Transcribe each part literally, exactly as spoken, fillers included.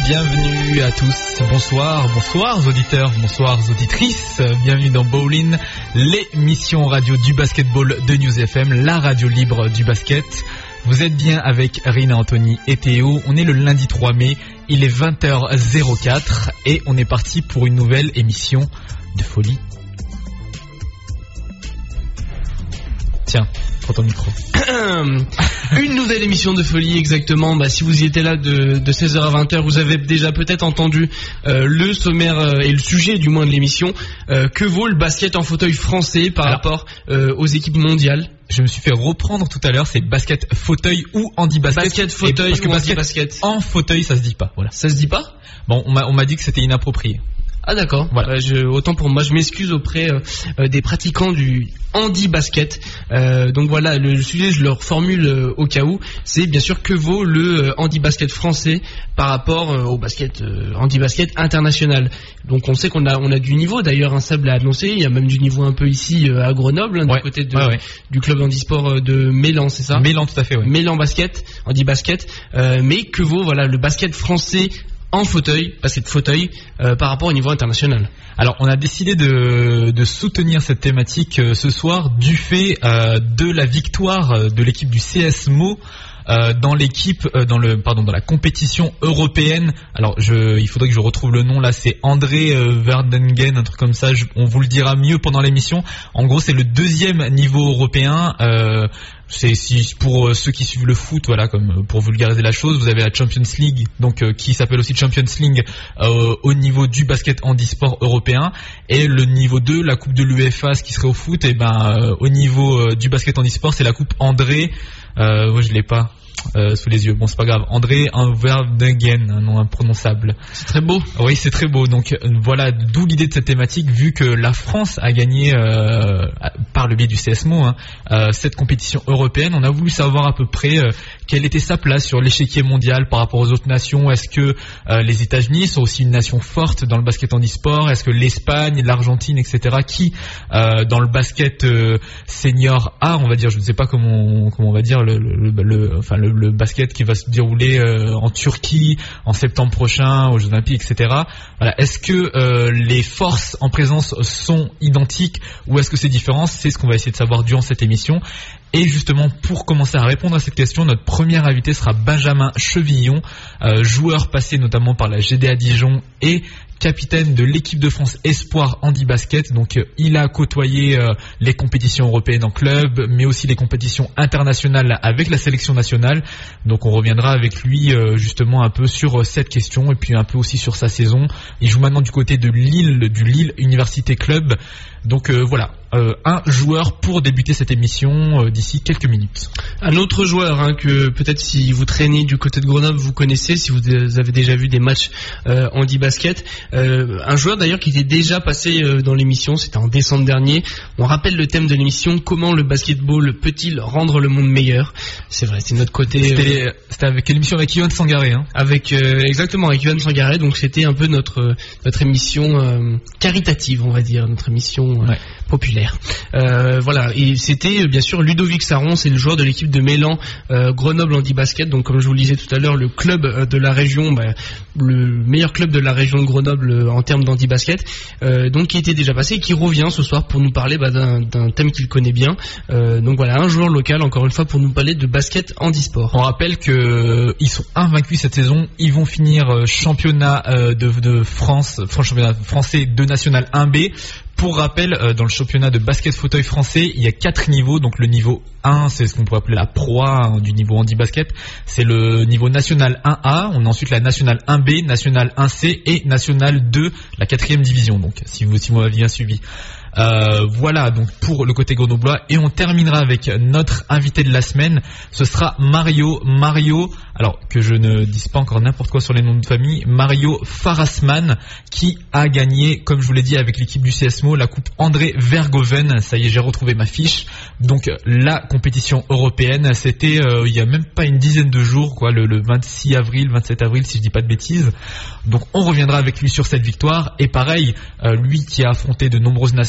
bienvenue à tous, bonsoir, bonsoir auditeurs, bonsoir auditrices, bienvenue dans Bowling, l'émission radio du basketball de News F M, la radio libre du basket. Vous êtes bien avec Rina, Anthony et Théo, on est le lundi trois mai, il est vingt heures quatre et on est parti pour une nouvelle émission de folie. Tiens, prends ton micro. Une nouvelle émission de folie, exactement. Bah, si vous y étiez là de, de seize heures à vingt heures, vous avez déjà peut-être entendu euh, le sommaire euh, et le sujet du moins de l'émission. Euh, que vaut le basket en fauteuil français par Alors, rapport euh, aux équipes mondiales? Je me suis fait reprendre tout à l'heure, c'est basket fauteuil ou handi-basket. Basket fauteuil ou handi-basket. En fauteuil, ça se dit pas. Voilà. Ça se dit pas? Bon, on m'a, on m'a dit que c'était inapproprié. Ah d'accord, voilà. Bah, je, autant pour moi, je m'excuse auprès euh, des pratiquants du handi-basket. Euh, donc voilà, le, le sujet, je le reformule euh, au cas où, c'est bien sûr que vaut le euh, handi-basket français par rapport euh, au basket euh, handi-basket international. Donc on sait qu'on a on a du niveau, d'ailleurs un Sable a annoncé, il y a même du niveau un peu ici euh, à Grenoble, hein, ouais. du côté de, ouais, ouais. du club handisport de Mélan, c'est ça? Mélan, tout à fait, oui. Mélan basket, handi-basket, euh, mais que vaut voilà le basket français en fauteuil, basket fauteuil, euh, par rapport au niveau international. Alors, on a décidé de, de soutenir cette thématique euh, ce soir du fait euh, de la victoire de l'équipe du C S M O euh, dans l'équipe, euh, dans le, pardon, dans la compétition européenne. Alors, je, il faudrait que je retrouve le nom là. C'est André euh, Verdengen, un truc comme ça. Je, on vous le dira mieux pendant l'émission. En gros, c'est le deuxième niveau européen. Euh, C'est si pour ceux qui suivent le foot, voilà, comme pour vulgariser la chose, vous avez la Champions League, donc euh, qui s'appelle aussi Champions League euh, au niveau du basket handisport européen, et le niveau deux, la coupe de l'UEFA, ce qui serait au foot, et ben euh, au niveau euh, du basket handisport, c'est la coupe André. Euh, moi je l'ai pas. Euh, sous les yeux, bon c'est pas grave, André Verdengen, un nom imprononçable. C'est très beau. Oui, c'est très beau, donc voilà, d'où l'idée de cette thématique, vu que la France a gagné euh, par le biais du C S M O hein, euh, cette compétition européenne. On a voulu savoir à peu près euh, quelle était sa place sur l'échiquier mondial par rapport aux autres nations. Est-ce que euh, les États-Unis sont aussi une nation forte dans le basket handisport? Est-ce que l'Espagne, l'Argentine, et cetera, qui euh, dans le basket euh, senior A, on va dire, je ne sais pas comment on, comment on va dire le, le, le enfin le, le basket qui va se dérouler euh, en Turquie en septembre prochain aux Jeux Olympiques, et cetera. Voilà. Est-ce que euh, les forces en présence sont identiques ou est-ce que c'est différent? C'est ce qu'on va essayer de savoir durant cette émission. Et justement, pour commencer à répondre à cette question, notre premier invité sera Benjamin Chevillon, euh, joueur passé notamment par la G D A Dijon et capitaine de l'équipe de France Espoir handi-basket. Donc euh, il a côtoyé euh, les compétitions européennes en club, mais aussi les compétitions internationales avec la sélection nationale. Donc on reviendra avec lui euh, justement un peu sur euh, cette question et puis un peu aussi sur sa saison. Il joue maintenant du côté de Lille, du Lille Université Club. Donc euh, voilà, euh, un joueur pour débuter cette émission euh, d'ici quelques minutes. Un autre joueur hein, que peut-être si vous traînez du côté de Grenoble, vous connaissez, si vous avez déjà vu des matchs euh, handi-basket. Euh, un joueur d'ailleurs qui était déjà passé euh, dans l'émission, c'était en décembre dernier. On rappelle le thème de l'émission, comment le basketball peut-il rendre le monde meilleur? C'est vrai, c'est notre côté... C'était, euh, c'était avec l'émission avec Yohan Sangaré. Hein. Avec, euh, exactement, avec Yohan Sangaré, donc c'était un peu notre, notre émission euh, caritative, on va dire, notre émission... Ouais. populaire. Euh, voilà, et c'était bien sûr Ludovic Saron, c'est le joueur de l'équipe de Mélan euh, Grenoble handi-basket. Donc comme je vous le disais tout à l'heure, le club de la région, bah, le meilleur club de la région de Grenoble euh, en termes d'handi-basket. Euh, donc qui était déjà passé et qui revient ce soir pour nous parler bah, d'un, d'un thème qu'il connaît bien. Euh, donc voilà, un joueur local encore une fois pour nous parler de basket handisport. On rappelle que euh, ils sont invaincus cette saison. Ils vont finir euh, championnat euh, de, de France, championnat français de national un B. Pour rappel, euh, dans le championnat de basket fauteuil français, il y a quatre niveaux. Donc le niveau un, c'est ce qu'on pourrait appeler la Pro A hein, du niveau handi-basket. C'est le niveau national un A. On a ensuite la national un B, national un C et national deux, la quatrième division. Donc si vous, si vous m'avez bien suivi. Euh, voilà donc pour le côté grenoblois, et on terminera avec notre invité de la semaine. Ce sera Mario Mario alors que je ne dise pas encore n'importe quoi sur les noms de famille, Mario Farasman, qui a gagné, comme je vous l'ai dit, avec l'équipe du C S M O la coupe André Vergoven. Ça y est, j'ai retrouvé ma fiche. Donc la compétition européenne, c'était euh, il y a même pas une dizaine de jours quoi, le, le vingt-six avril, vingt-sept avril si je dis pas de bêtises. Donc on reviendra avec lui sur cette victoire. Et pareil, euh, lui qui a affronté de nombreuses nations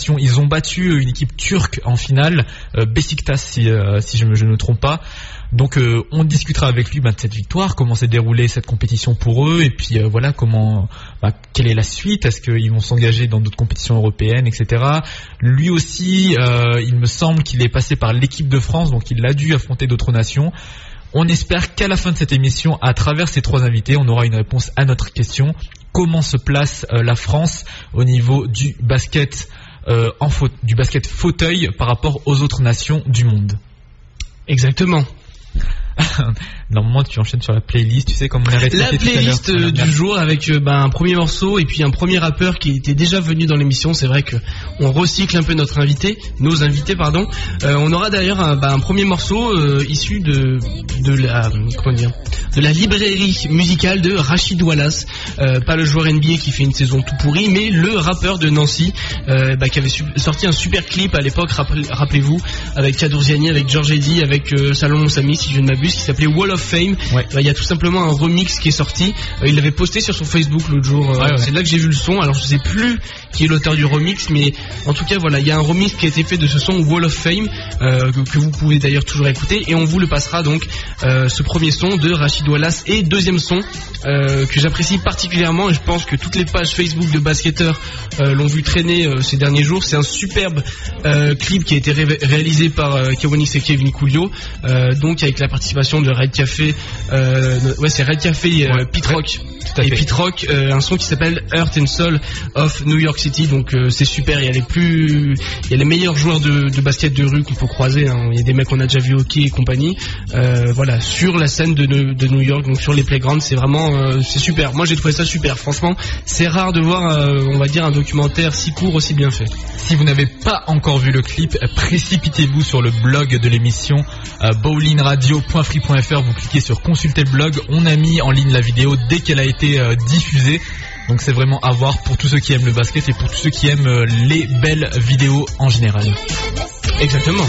compétition. Ils ont battu une équipe turque en finale, euh, Beşiktaş si, euh, si je ne me trompe pas. Donc euh, on discutera avec lui bah, de cette victoire, comment s'est déroulée cette compétition pour eux, et puis euh, voilà comment, bah, quelle est la suite, est-ce qu'ils vont s'engager dans d'autres compétitions européennes, et cetera. Lui aussi, euh, il me semble qu'il est passé par l'équipe de France, donc il a dû affronter d'autres nations. On espère qu'à la fin de cette émission, à travers ces trois invités, on aura une réponse à notre question. Comment se place euh, la France au niveau du basket, euh, en faute, du basket fauteuil par rapport aux autres nations du monde? Exactement. Normalement tu enchaînes sur la playlist, tu sais comme on a La playlist euh, du jour avec euh, bah, un premier morceau et puis un premier rappeur qui était déjà venu dans l'émission. C'est vrai que on recycle un peu notre invité, nos invités pardon. Euh, on aura d'ailleurs un, bah, un premier morceau euh, issu de de la comment dire de la librairie musicale de Rachid Wallace, euh, pas le joueur N B A qui fait une saison tout pourrie, mais le rappeur de Nancy euh, bah, qui avait su- sorti un super clip à l'époque, rappel- rappelez-vous, avec Kadour Ziani, avec George Eddy, avec euh, Salomon Samy si je ne m'abuse, qui s'appelait Wall of Fame. Ouais. Il y a tout simplement un remix qui est sorti. Euh, il l'avait posté sur son Facebook l'autre jour. Euh, ouais, ouais. C'est là que j'ai vu le son. Alors je sais plus qui est l'auteur du remix, mais en tout cas voilà, il y a un remix qui a été fait de ce son Wall of Fame euh, que, que vous pouvez d'ailleurs toujours écouter, et on vous le passera donc euh, ce premier son de Rachid Wallace. Et deuxième son euh, que j'apprécie particulièrement, et je pense que toutes les pages Facebook de basketteurs euh, l'ont vu traîner euh, ces derniers jours. C'est un superbe euh, clip qui a été ré- réalisé par euh, Kawanis et Kevin Coolio, euh, donc avec la participation de Red Café, euh, ouais c'est Red Café et euh, ouais, Pete Rock, ouais, et Pete Rock, euh, un son qui s'appelle Heart and Soul of New York City. Donc euh, c'est super. Il y a les plus, il y a les meilleurs joueurs de, de basket de rue qu'on peut croiser. Hein. Il y a des mecs qu'on a déjà vu au hockey et compagnie. Euh, voilà, sur la scène de, de New York, donc sur les playgrounds, c'est vraiment, euh, c'est super. Moi j'ai trouvé ça super. Franchement, c'est rare de voir, euh, on va dire, un documentaire si court aussi bien fait. Si vous n'avez pas encore vu le clip, précipitez-vous sur le blog de l'émission euh, bowling radio point free point f r. Vous cliquez sur consulter le blog. On a mis en ligne la vidéo dès qu'elle a été euh, diffusée. Donc c'est vraiment à voir pour tous ceux qui aiment le basket et pour tous ceux qui aiment euh, les belles vidéos en général. Exactement.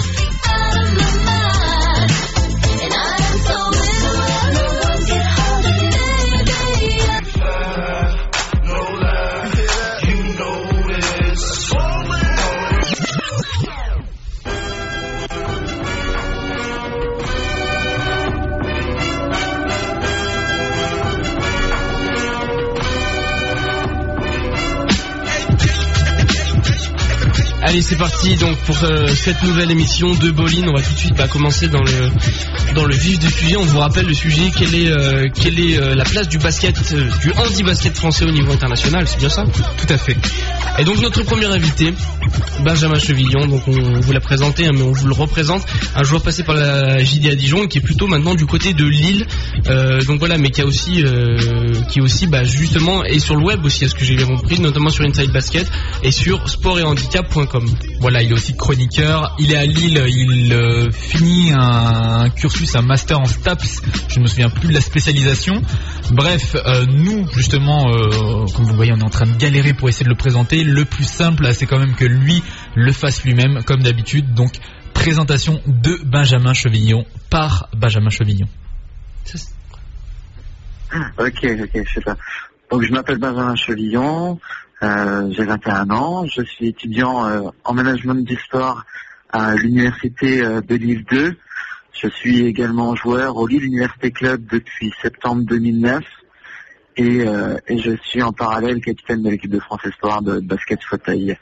Allez, c'est parti donc pour euh, cette nouvelle émission de Bowling. On va tout de suite bah, commencer dans le dans le vif du sujet. On vous rappelle le sujet, quelle est euh, quelle est euh, la place du basket, euh, du handi-basket français au niveau international, c'est bien ça? Tout à fait. Et donc notre premier invité, Benjamin Chevillon, donc on vous l'a présenté, hein, mais on vous le représente, un joueur passé par la J D à Dijon, qui est plutôt maintenant du côté de Lille. Euh, donc voilà, mais qui a aussi, euh, qui aussi, bah justement, est sur le web aussi, à ce que j'ai bien compris, notamment sur Inside Basket et sur sport et handicap point com. Voilà, il est aussi chroniqueur. Il est à Lille. Il euh, finit un, un cursus, un master en STAPS. Je ne me souviens plus de la spécialisation. Bref, euh, nous, justement, euh, comme vous voyez, on est en train de galérer pour essayer de le présenter. Le plus simple, c'est quand même que lui le fasse lui-même, comme d'habitude. Donc, présentation de Benjamin Chevillon par Benjamin Chevillon. Ok, ok, je sais pas. Donc, je m'appelle Benjamin Chevillon. Euh, j'ai vingt et un ans, je suis étudiant euh, en management du sport à l'université euh, de Lille deux. Je suis également joueur au Lille Université Club depuis septembre deux mille neuf et, euh, et je suis en parallèle capitaine de l'équipe de France Espoir de, de basket fauteuil.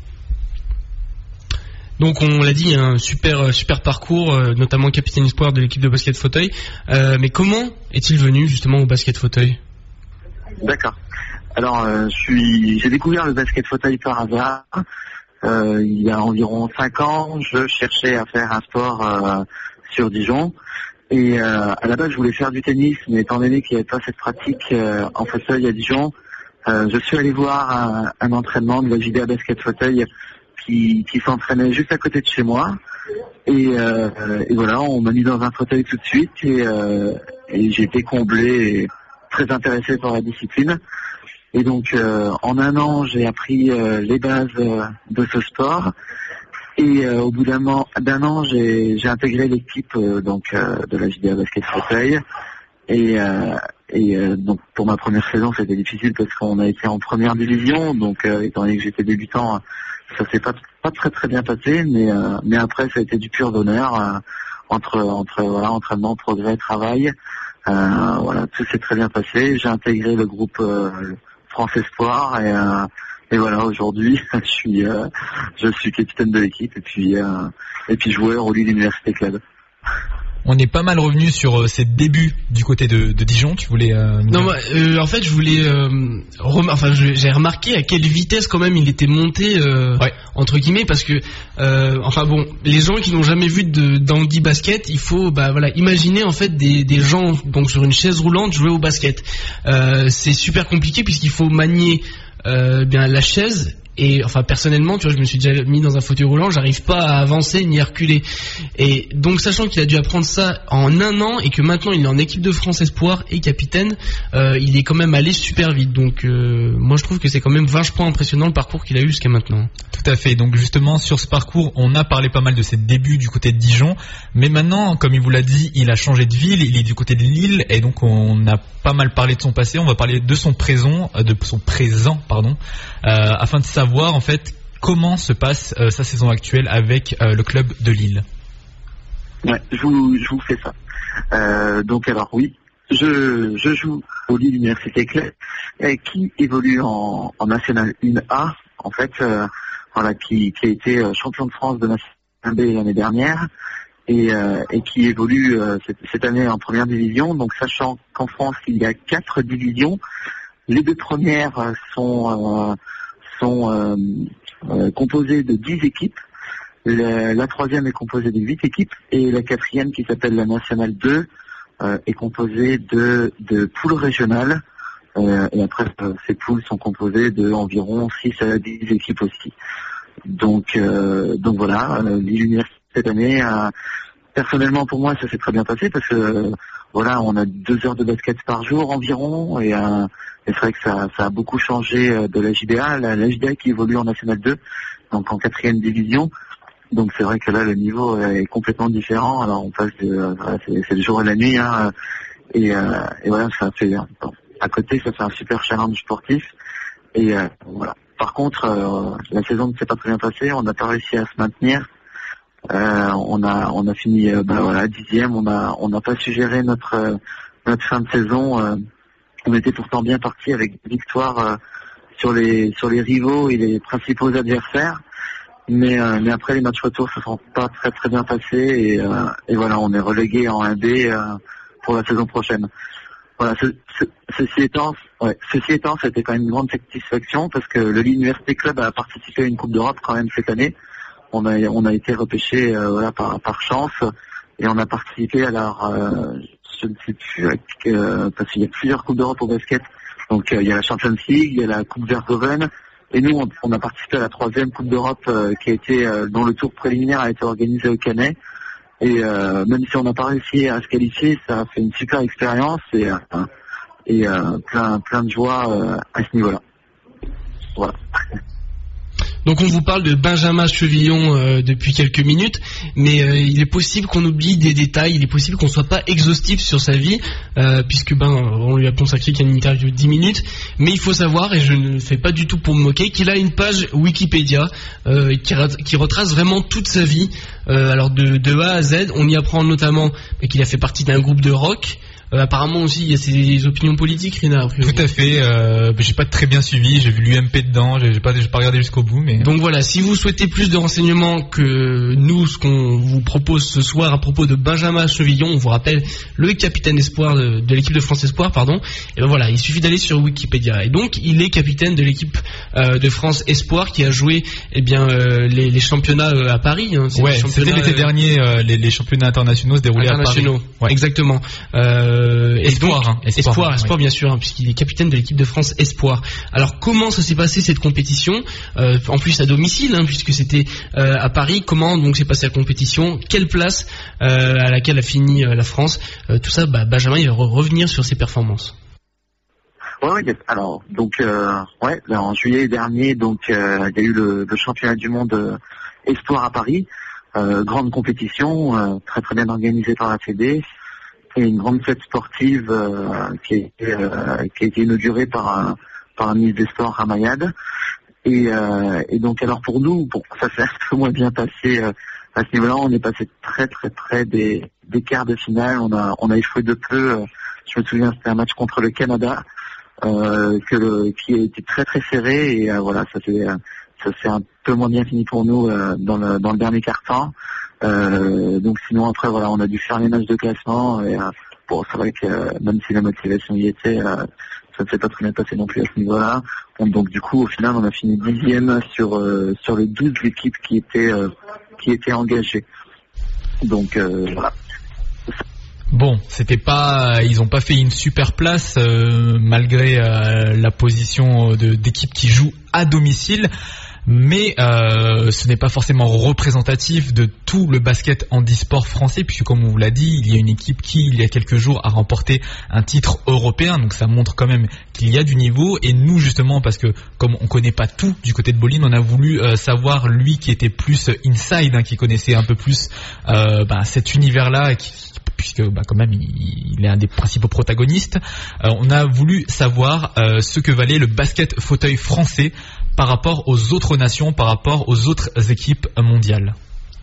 Donc on l'a dit, un super super parcours, euh, notamment capitaine espoir de l'équipe de basket fauteuil. Euh, mais comment est-il venu justement au basket fauteuil? D'accord. Alors, euh, je suis, j'ai découvert le basket fauteuil par hasard. Euh, il y a environ cinq ans, je cherchais à faire un sport euh, sur Dijon. Et euh, à la base, je voulais faire du tennis, mais étant donné qu'il n'y avait pas cette pratique euh, en fauteuil à Dijon, euh, je suis allé voir un, un entraînement de la J D A Basket Fauteuil qui, qui s'entraînait juste à côté de chez moi. Et, euh, et voilà, on m'a mis dans un fauteuil tout de suite et, euh, et j'ai été comblé et très intéressé par la discipline. Et donc, euh, en un an, j'ai appris euh, les bases euh, de ce sport. Et euh, au bout d'un an, d'un an, j'ai, j'ai intégré l'équipe euh, donc euh, de la J D A Basket Fauteuil. Et, euh, et euh, donc, pour ma première saison, c'était difficile parce qu'on a été en première division. Donc, euh, étant donné que j'étais débutant, ça s'est pas pas très très bien passé, mais euh, mais après ça a été du pur bonheur euh, entre entre voilà entraînement, progrès, travail. Euh, voilà, tout s'est très bien passé. J'ai intégré le groupe euh, France Espoir et euh, et voilà, aujourd'hui je suis euh, je suis capitaine de l'équipe et puis euh, et puis joueur au Lille Université Club. On est pas mal revenu sur euh, ses débuts du côté de, de Dijon. Tu voulais euh, Non, moi, euh, en fait, je voulais. Euh, rem- enfin, je- j'ai remarqué à quelle vitesse quand même il était monté euh, Ouais. entre guillemets, parce que, euh, enfin bon, les gens qui n'ont jamais vu de d'Anguille basket, il faut, bah voilà, imaginer en fait des des gens donc sur une chaise roulante jouer au basket. Euh, c'est super compliqué puisqu'il faut manier euh, bien la chaise. Et enfin personnellement, tu vois, je me suis déjà mis dans un fauteuil roulant, j'arrive pas à avancer ni à reculer. Et donc sachant qu'il a dû apprendre ça en un an et que maintenant il est en équipe de France Espoir et capitaine, euh, il est quand même allé super vite. Donc euh, moi je trouve que c'est quand même vachement impressionnant le parcours qu'il a eu jusqu'à maintenant. Tout à fait. Donc justement sur ce parcours, on a parlé pas mal de ses débuts du côté de Dijon, mais maintenant, comme il vous l'a dit, il a changé de ville, il est du côté de Lille, et donc on a pas mal parlé de son passé. On va parler de son présent, de son présent, pardon, euh, afin de savoir en fait comment se passe euh, sa saison actuelle avec euh, le club de Lille. Ouais, je vous je vous fais ça. Euh, donc alors oui, je je joue au Lille Université Club, euh, qui évolue en, en National un A, en fait, euh, voilà, qui qui a été euh, champion de France de National un B l'année dernière. Et, euh, et qui évolue euh, cette, cette année en première division. Donc sachant qu'en France il y a quatre divisions, les deux premières euh, sont euh, sont euh, euh, composées de dix équipes, la, la troisième est composée de huit équipes et la quatrième qui s'appelle la Nationale deux euh, est composée de, de poules régionales euh, et après euh, ces poules sont composées de environ six à dix équipes aussi. Donc euh, donc voilà, euh, l'université cette année, euh, personnellement pour moi ça s'est très bien passé parce que euh, voilà, on a deux heures de basket par jour environ et, euh, et c'est vrai que ça, ça a beaucoup changé euh, de la J B A, la, la J B A qui évolue en National deux, donc en quatrième division. Donc c'est vrai que là le niveau est complètement différent. Alors on passe de, euh, voilà, c'est, c'est le jour et la nuit hein, et, euh, et voilà, ça fait bon, à côté ça fait un super challenge sportif et euh, voilà. Par contre, euh, la saison ne s'est pas très bien passée, on n'a pas réussi à se maintenir. Euh, on a on a fini euh, bah, voilà dixième. On a on n'a pas su gérer notre euh, notre fin de saison. Euh, on était pourtant bien parti avec des victoires euh, sur les sur les rivaux et les principaux adversaires. Mais euh, mais après les matchs retour se sont pas très très bien passés et euh, et voilà, on est relégué en un B euh, pour la saison prochaine. Voilà, ce, ce, ceci étant, ouais, ceci étant, c'était quand même une grande satisfaction parce que le Lille Université Club a participé à une Coupe d'Europe quand même cette année. On a on a été repêché euh, voilà par par chance et on a participé. Alors euh, je ne sais plus euh, parce qu'il y a plusieurs coupes d'Europe au basket. Donc euh, il y a la Champions League, il y a la Coupe Verhoeven et nous on, on a participé à la troisième Coupe d'Europe euh, qui a été euh, dont le tour préliminaire a été organisé au Canet. Et euh, même si on n'a pas réussi à se qualifier, ça a fait une super expérience et euh, et euh, plein plein de joie euh, à ce niveau-là. Voilà. Donc on vous parle de Benjamin Chevillon euh, depuis quelques minutes, mais euh, il est possible qu'on oublie des détails, il est possible qu'on soit pas exhaustif sur sa vie, euh, puisque ben on lui a consacré qu'une interview de dix minutes, mais il faut savoir, et je ne fais pas du tout pour me moquer, qu'il a une page Wikipédia euh, qui, qui retrace vraiment toute sa vie, euh, alors de, de A à Z. On y apprend notamment qu'il a fait partie d'un groupe de rock. Euh, apparemment aussi il y a ses opinions politiques, Rina. Tout à fait, euh, j'ai pas très bien suivi, j'ai vu l'U M P dedans, j'ai, j'ai pas, j'ai pas regardé jusqu'au bout, mais... Donc voilà, si vous souhaitez plus de renseignements que nous, ce qu'on vous propose ce soir à propos de Benjamin Chevillon, on vous rappelle le capitaine espoir de, de l'équipe de France Espoir, pardon, et ben voilà, il suffit d'aller sur Wikipédia. Et donc il est capitaine de l'équipe euh, de France Espoir qui a joué eh bien euh, les, les championnats euh, à Paris. Hein, ouais, c'était l'été euh, dernier, euh, les, les championnats internationaux se déroulaient à Paris. Ouais. Exactement. Euh, Euh, espoir, donc, hein, espoir, espoir, espoir oui. bien sûr, hein, puisqu'il est capitaine de l'équipe de France Espoir. Alors comment ça s'est passé cette compétition, euh, en plus à domicile, hein, puisque c'était euh, à Paris. Comment donc s'est passée la compétition? Quelle place euh, à laquelle a fini euh, la France? euh, Tout ça, bah, Benjamin il va re- revenir sur ses performances. Ouais, ouais, alors donc euh, ouais, là, en juillet dernier, donc euh, il y a eu le, le championnat du monde euh, Espoir à Paris, euh, grande compétition, euh, très très bien organisée par la Fédé. Et une grande fête sportive euh, qui, a été, euh, qui a été inaugurée par un, par un ministre des Sports, Ramayad. Et, euh, et donc alors pour nous, bon, ça s'est un peu moins bien passé euh, à ce niveau-là. On est passé très très près des, des quarts de finale. On a on a échoué de peu. Euh, je me souviens, c'était un match contre le Canada euh, que le, qui a été très très serré. Et euh, voilà, ça s'est ça s'est un peu moins bien fini pour nous euh, dans le dans le dernier quart-temps. Euh, donc sinon après voilà, on a dû faire les matchs de classement. Et euh, bon, c'est vrai que euh, même si la motivation y était, euh, ça ne s'est pas très bien passé non plus à ce niveau-là. Donc, donc du coup, au final, on a fini dixième sur euh, sur les douze équipes qui étaient euh, qui étaient engagées. Donc euh, voilà. Bon, c'était pas, ils ont pas fait une super place euh, malgré euh, la position de, d'équipe qui joue à domicile. Mais euh, ce n'est pas forcément représentatif de tout le basket handisport français, puisque comme on vous l'a dit, il y a une équipe qui, il y a quelques jours, a remporté un titre européen, donc ça montre quand même qu'il y a du niveau. Et nous, justement, parce que comme on connaît pas tout du côté de Bolin, on a voulu euh, savoir, lui qui était plus inside, hein, qui connaissait un peu plus euh, bah, cet univers-là, qui, puisque bah, quand même il, il est un des principaux protagonistes. Euh, on a voulu savoir euh, ce que valait le basket fauteuil français par rapport aux autres nations, par rapport aux autres équipes mondiales.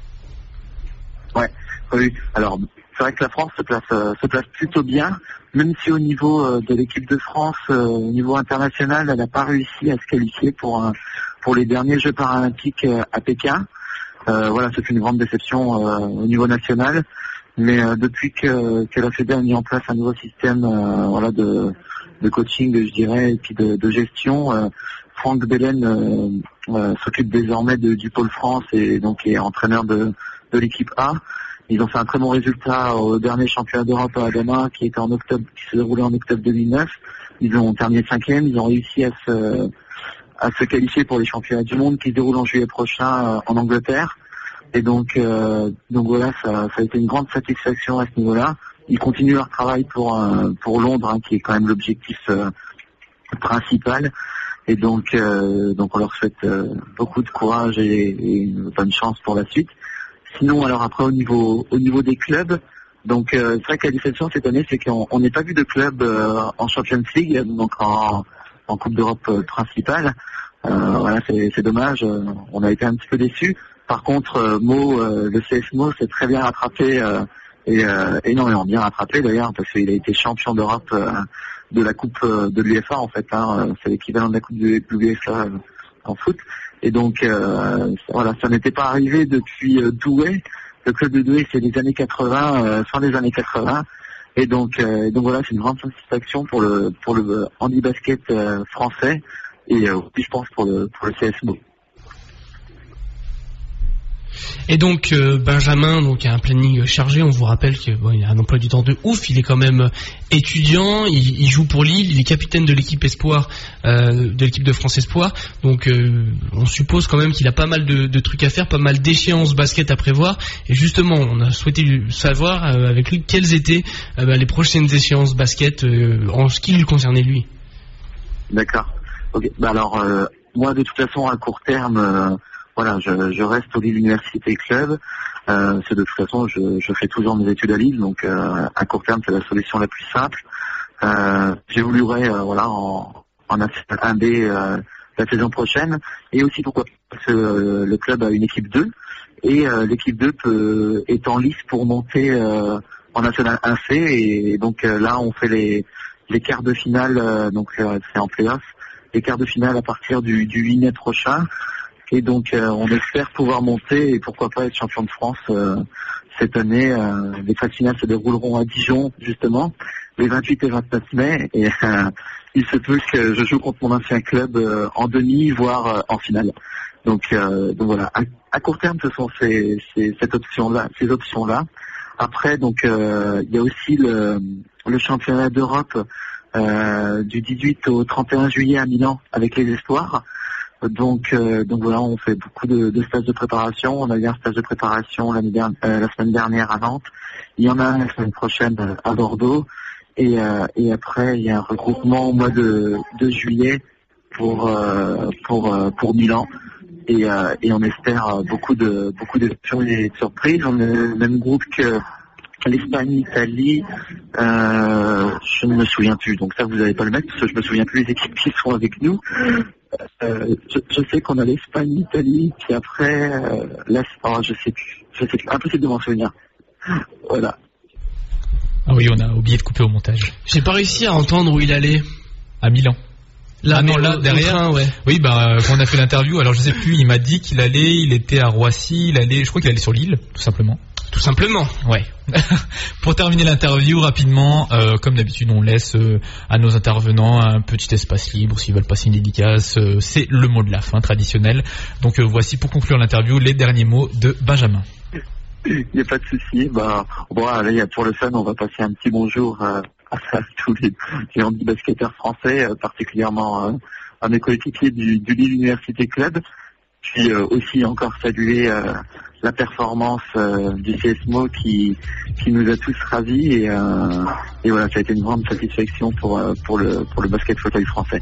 Ouais, oui. Alors, c'est vrai que la France se place, euh, se place plutôt bien, même si au niveau euh, de l'équipe de France, euh, au niveau international, elle n'a pas réussi à se qualifier pour un, pour les derniers Jeux paralympiques euh, à Pékin. Euh, voilà, c'est une grande déception euh, au niveau national. Mais euh, depuis que, que la Fédé a mis en place un nouveau système, euh, voilà, de, de coaching, je dirais, et puis de, de gestion. Euh, Franck Belen euh, euh, s'occupe désormais de, du pôle France et donc est entraîneur de, de l'équipe A. Ils ont fait un très bon résultat au dernier championnat d'Europe à Adama qui était en octobre, qui s'est déroulé en octobre deux mille neuf. Ils ont terminé cinquième. Ils ont réussi à se, à se qualifier pour les championnats du monde qui se déroulent en juillet prochain euh, en Angleterre. Et donc, euh, donc voilà, ça, ça a été une grande satisfaction à ce niveau-là. Ils continuent leur travail pour euh, pour Londres, hein, qui est quand même l'objectif euh, principal. Et donc, euh, donc on leur souhaite euh, beaucoup de courage et, et une bonne chance pour la suite. Sinon, alors après au niveau au niveau des clubs, donc euh, c'est vrai que la déception cette année, c'est qu'on on n'est pas vu de club euh, en Champions League, donc en, en Coupe d'Europe euh, principale. Euh, voilà, c'est, c'est dommage. Euh, on a été un petit peu déçus. Par contre, euh, Mo, euh, le C S Mo s'est très bien rattrapé euh, et euh, énormément bien rattrapé d'ailleurs, parce qu'il a été champion d'Europe euh, de la Coupe euh, de l'U F A en fait. Hein, c'est l'équivalent de la Coupe de l'U F A euh, en foot. Et donc euh, voilà, ça n'était pas arrivé depuis euh, Douai. Le club de Douai, c'est les années quatre-vingts, euh, fin des années quatre-vingts. Et donc, euh, donc voilà, c'est une grande satisfaction pour le pour le handi-basket euh, français et euh, aussi je pense pour le pour le C S M O. Et donc euh, Benjamin donc a un planning chargé. On vous rappelle que bon, il a un emploi du temps de ouf. Il est quand même étudiant. Il, il joue pour Lille. Il est capitaine de l'équipe espoir, euh, de l'équipe de France espoir. Donc euh, on suppose quand même qu'il a pas mal de, de trucs à faire, pas mal d'échéances basket à prévoir. Et justement, on a souhaité savoir euh, avec lui quelles étaient euh, bah, les prochaines échéances basket euh, en ce qui lui concernait lui. D'accord. Ok. Bah alors euh, moi de toute façon à court terme. Euh, Voilà, je, je reste au Lille Université Club. Euh, c'est de toute façon, je, je fais toujours mes études à Lille, donc euh, à court terme, c'est la solution la plus simple. Euh, j'évoluerai euh, voilà en, en National un B euh, la saison prochaine, et aussi pourquoi parce que euh, le club a une équipe deux, et euh, l'équipe deux peut, est en lice pour monter euh, en National un C, et donc euh, là, on fait les, les quarts de finale, euh, donc euh, c'est en play-off, les quarts de finale à partir du, du huit mai prochain. Et donc euh, on espère pouvoir monter et pourquoi pas être champion de France euh, cette année. Euh, les phases finales se dérouleront à Dijon justement, les vingt-huit et vingt-neuf mai. Et euh, il se peut que je joue contre mon ancien club euh, en demi, voire euh, en finale. Donc, euh, donc voilà, à, à court terme ce sont ces, ces, cette option-là, ces options-là. Après donc euh, il y a aussi le, le championnat d'Europe euh, du dix-huit au trente et un juillet à Milan avec les espoirs. Donc, euh, donc voilà, on fait beaucoup de, de stages de préparation. On a eu un stage de préparation l'année dernière, euh, la semaine dernière à Nantes. Il y en a un la semaine prochaine à Bordeaux. Et, euh, et après, il y a un regroupement au mois de, de juillet pour euh, pour euh, pour Milan. Et, euh, et on espère beaucoup de beaucoup de surprises. On est le même groupe que l'Espagne, l'Italie. Euh, je ne me souviens plus. Donc ça, vous n'allez pas le mettre parce que je me souviens plus les équipes qui sont avec nous. euh, je, je sais qu'on a l'Espagne, l'Italie, puis après, euh, la, oh, je sais plus, je sais plus, impossible de m'en souvenir. Voilà. Ah oui, on a oublié de couper au montage. J'ai pas réussi à entendre où il allait. À Milan. Là, ah non, là, derrière. Train, ouais. Oui, bah, quand on a fait l'interview, alors je sais plus, il m'a dit qu'il allait, il était à Roissy, il allait, je crois qu'il allait sur l'île, tout simplement. Tout simplement. Ouais. Pour terminer l'interview rapidement, euh, comme d'habitude, on laisse euh, à nos intervenants un petit espace libre s'ils veulent passer une dédicace. Euh, c'est le mot de la fin traditionnel. Donc euh, voici pour conclure l'interview les derniers mots de Benjamin. Il n'y a pas de souci. Bah, bon, là, y a pour le fun, on va passer un petit bonjour euh, à tous les, les handi-basketteurs français, euh, particulièrement euh, à mes coéquipiers du, du Lille Université Club. Puis euh, aussi encore saluer euh, la performance euh, du C S M O qui qui nous a tous ravis et, euh, et voilà, ça a été une grande satisfaction pour euh, pour le pour le basket fauteuil français.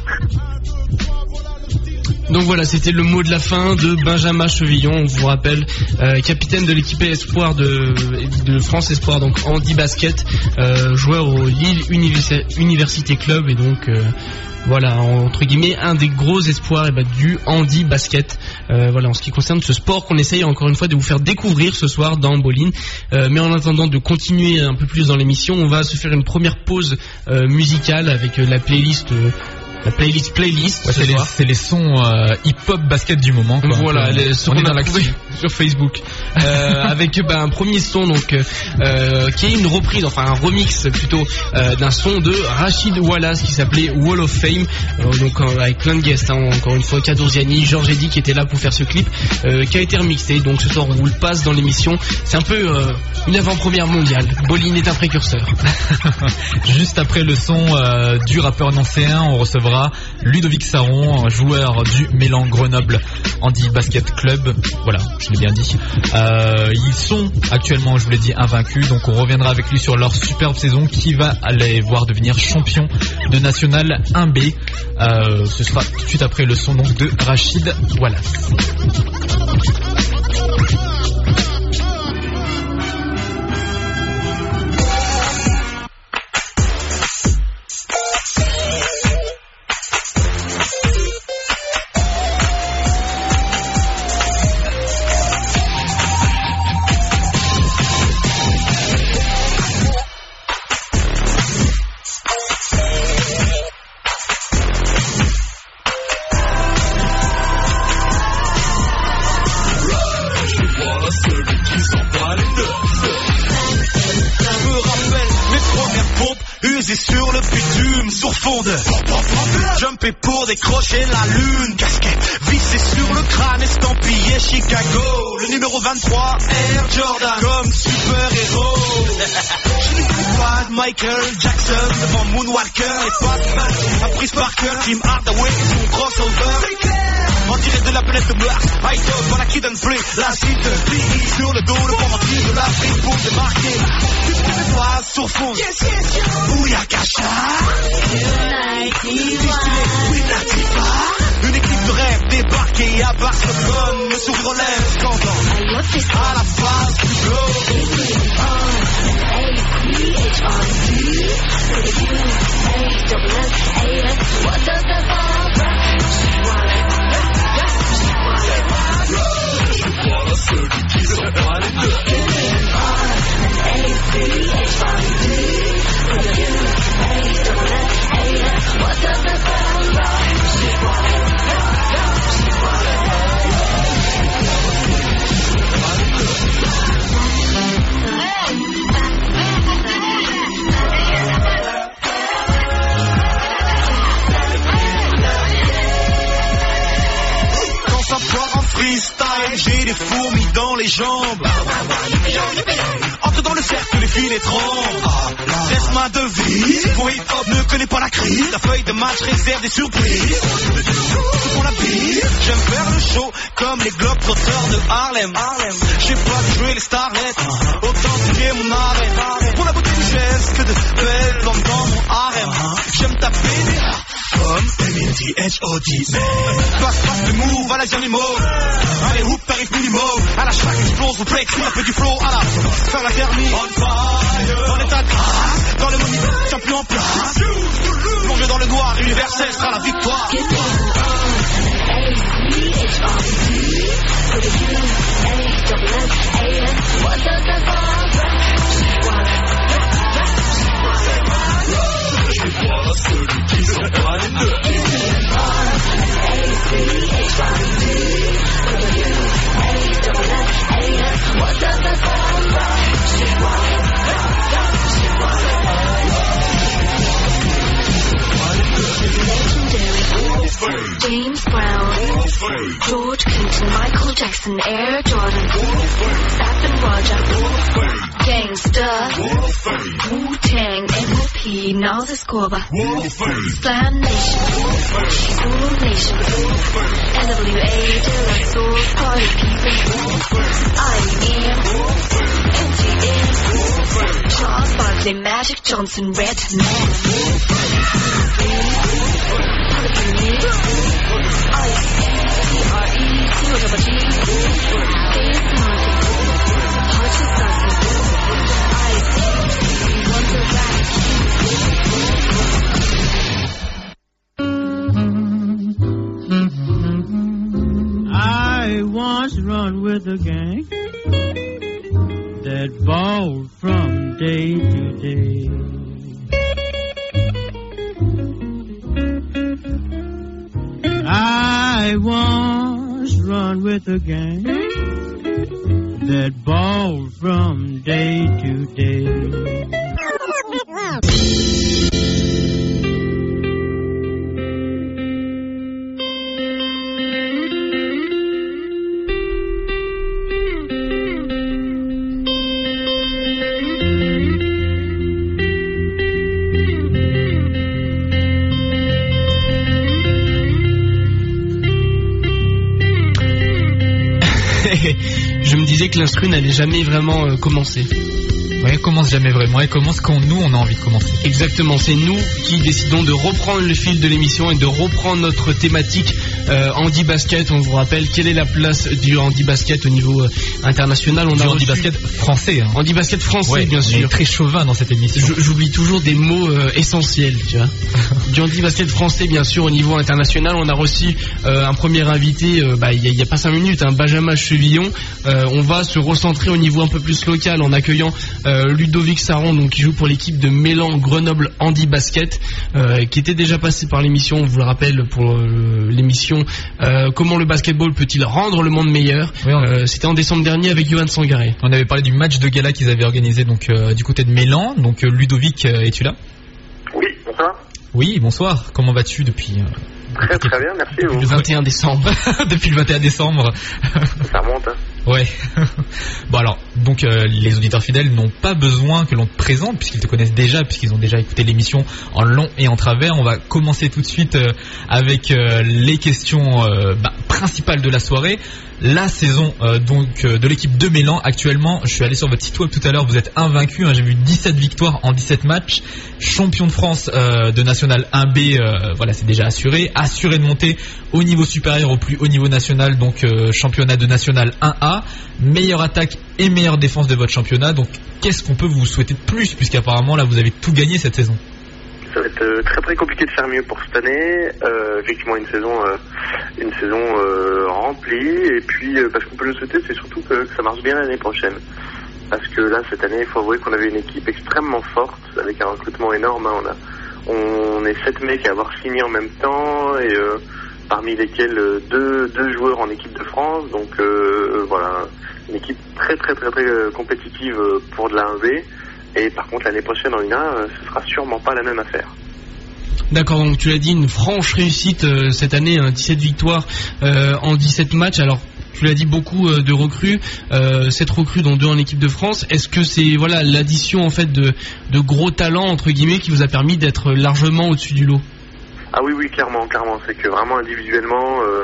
Donc voilà, c'était le mot de la fin de Benjamin Chevillon, on vous rappelle, euh, capitaine de l'équipe Espoir de, de France Espoir, donc handi basket, euh, joueur au Lille Universi- Université Club et donc euh, voilà, entre guillemets, un des gros espoirs et bah, du handi basket. Euh, voilà, en ce qui concerne ce sport qu'on essaye encore une fois de vous faire découvrir ce soir dans Boline. Euh, mais en attendant de continuer un peu plus dans l'émission, on va se faire une première pause euh, musicale avec euh, la playlist. Euh, La playlist playlist. Ouais, c'est, les, c'est les sons euh, hip-hop basket du moment. Quoi. Voilà, les, on est dans l'actu sur Facebook. euh, avec bah, un premier son donc euh, qui est une reprise, enfin un remix plutôt euh, d'un son de Rachid Wallace qui s'appelait Wall of Fame. Euh, donc euh, avec plein de guests, hein, encore une fois Kadorziani, Georges Eddy qui était là pour faire ce clip, euh, qui a été remixé. Donc ce soir on vous le passe dans l'émission. C'est un peu euh, une avant-première mondiale. Boline est un précurseur. Juste après le son euh, du rappeur nancéen, on recevra Ludovic Saron, joueur du Mélan Grenoble Handi Basket Club. Voilà, je l'ai bien dit. Euh, ils sont actuellement, je vous l'ai dit, invaincus. Donc on reviendra avec lui sur leur superbe saison qui va aller voir devenir champion de National un B. Euh, ce sera tout de suite après le son donc de Rachid Wallace. Sur le bitume, sur fond de jumper pour décrocher la lune. Casquette vissée sur le crâne, estampillé Chicago. Le numéro vingt-trois, Air Jordan, comme super-héros. Michael Jackson devant Moonwalker et Batman. Après Parker, Kim Hardaway, son crossover. En direct de la planète Mars, high top, voilà Kid and Play, la cite, Biggie sur le dos, le pendentif de l'Afrique pour démarquer. Tu prends les doigts sur fond, yes, yes, yes. Bouyakasha, oui, Latifa. Une équipe de rêve débarquée à Barcelone, le sourire aux lèvres, scandant à la face du globe. Celui qui s'en bat les deux. Quand ça part en freestyle, j'ai des fourmis dans les jambes. Entre dans le cercle, les filets tremblent. Laisse ma devise. Mon hip-hop ne connaît pas la crise. La feuille de match réserve des surprises. C'est pour la bise. J'aime faire le show comme les globetrotters de Harlem. J'ai pas de jouer les starlets. Authentifier mon arène. Pour la beauté du geste, que de belles blondes dans mon harem. J'aime taper des rats comme M N T H O D. Passe, passe le move à la Gianimo. Allez, hoop, tarif minimum. À la chaque explose, vous break, c'est un peu du flow. À la faire la thermie. On fire. Dans l'état de grâce, dans le moniteur, champion en place. Plongé dans le noir, universel sera la victoire. Je vois celui qui s'en bat les deux. James Brown, George Clinton, Michael Jackson, Air Jordan, Zapp and Roger, Gangsta, Wu-Tang, M O P, Nas Escobar, Slam Nation, Zulu Nation, N W A, De La Soul, Party People, I am M T N, Charles Barkley, Magic Johnson, Red Man, I once run with a gang that balled from day to day. I once run with a gang that balled from day to day. Je me disais que l'instru n'allait jamais vraiment euh, commencer. Ouais, elle commence jamais vraiment, elle commence quand nous on a envie de commencer. Exactement, c'est nous qui décidons de reprendre le fil de l'émission et de reprendre notre thématique euh, handi basket. On vous rappelle quelle est la place du handi basket au niveau euh, international. On du a handi reçu... basket français. Hein. Handi basket français, ouais, bien sûr. Très chauvin dans cette émission. Je, j'oublie toujours des mots euh, essentiels, tu vois. Du handi basket français, bien sûr, au niveau international. On a reçu euh, un premier invité, euh, bah, il y, y a pas cinq minutes, hein, Benjamin Chevillon. Euh, on va se recentrer au niveau un peu plus local en accueillant euh, Ludovic Saron, donc qui joue pour l'équipe de Mélan Grenoble Handi Basket, euh, qui était déjà passé par l'émission. On vous le rappelle pour euh, l'émission euh, comment le basketball peut-il rendre le monde meilleur. Oui, on... euh, C'était en décembre dernier avec Johan Sangaré. On avait parlé du match de gala qu'ils avaient organisé donc euh, du côté de Mélan. Donc euh, Ludovic, euh, es-tu là? Oui, bonsoir. Oui, bonsoir. Comment vas-tu depuis euh, Très très bien, merci. Depuis Vous. le vingt et un décembre. Depuis le vingt et un décembre. Ça remonte, hein. Ouais. Bon alors, donc euh, les auditeurs fidèles n'ont pas besoin que l'on te présente puisqu'ils te connaissent déjà, puisqu'ils ont déjà écouté l'émission en long et en travers. On va commencer tout de suite euh, avec euh, les questions euh, bah, principales de la soirée. La saison euh, donc euh, de l'équipe de Mélan actuellement, je suis allé sur votre site web tout à l'heure, vous êtes invaincu, hein, j'ai vu dix-sept victoires en dix-sept matchs, champion de France euh, de National un B, euh, voilà c'est déjà assuré, assuré de monter au niveau supérieur, au plus haut niveau national, donc euh, championnat de National un A, meilleure attaque et meilleure défense de votre championnat, donc qu'est-ce qu'on peut vous souhaiter de plus puisqu'apparemment là vous avez tout gagné cette saison? Ça va être euh, très très compliqué de faire mieux pour cette année. Euh, effectivement une saison euh, une saison euh, remplie et puis euh, parce qu'on peut le souhaiter c'est surtout que, que ça marche bien l'année prochaine. Parce que là cette année il faut avouer qu'on avait une équipe extrêmement forte avec un recrutement énorme. Hein. On a on est sept mecs à avoir signé en même temps et euh, parmi lesquels euh, deux deux joueurs en équipe de France. Donc euh, voilà une équipe très très très très euh, compétitive pour de la un B. Et par contre l'année prochaine en une A, euh, ce sera sûrement pas la même affaire. D'accord, donc tu l'as dit, une franche réussite euh, cette année, hein, dix-sept victoires euh, en dix-sept matchs. Alors tu l'as dit, beaucoup euh, de recrues, euh, sept recrues dont deux en équipe de France. Est-ce que c'est voilà l'addition en fait de, de gros talents entre guillemets qui vous a permis d'être largement au-dessus du lot? Ah oui oui clairement, clairement. C'est que vraiment individuellement euh,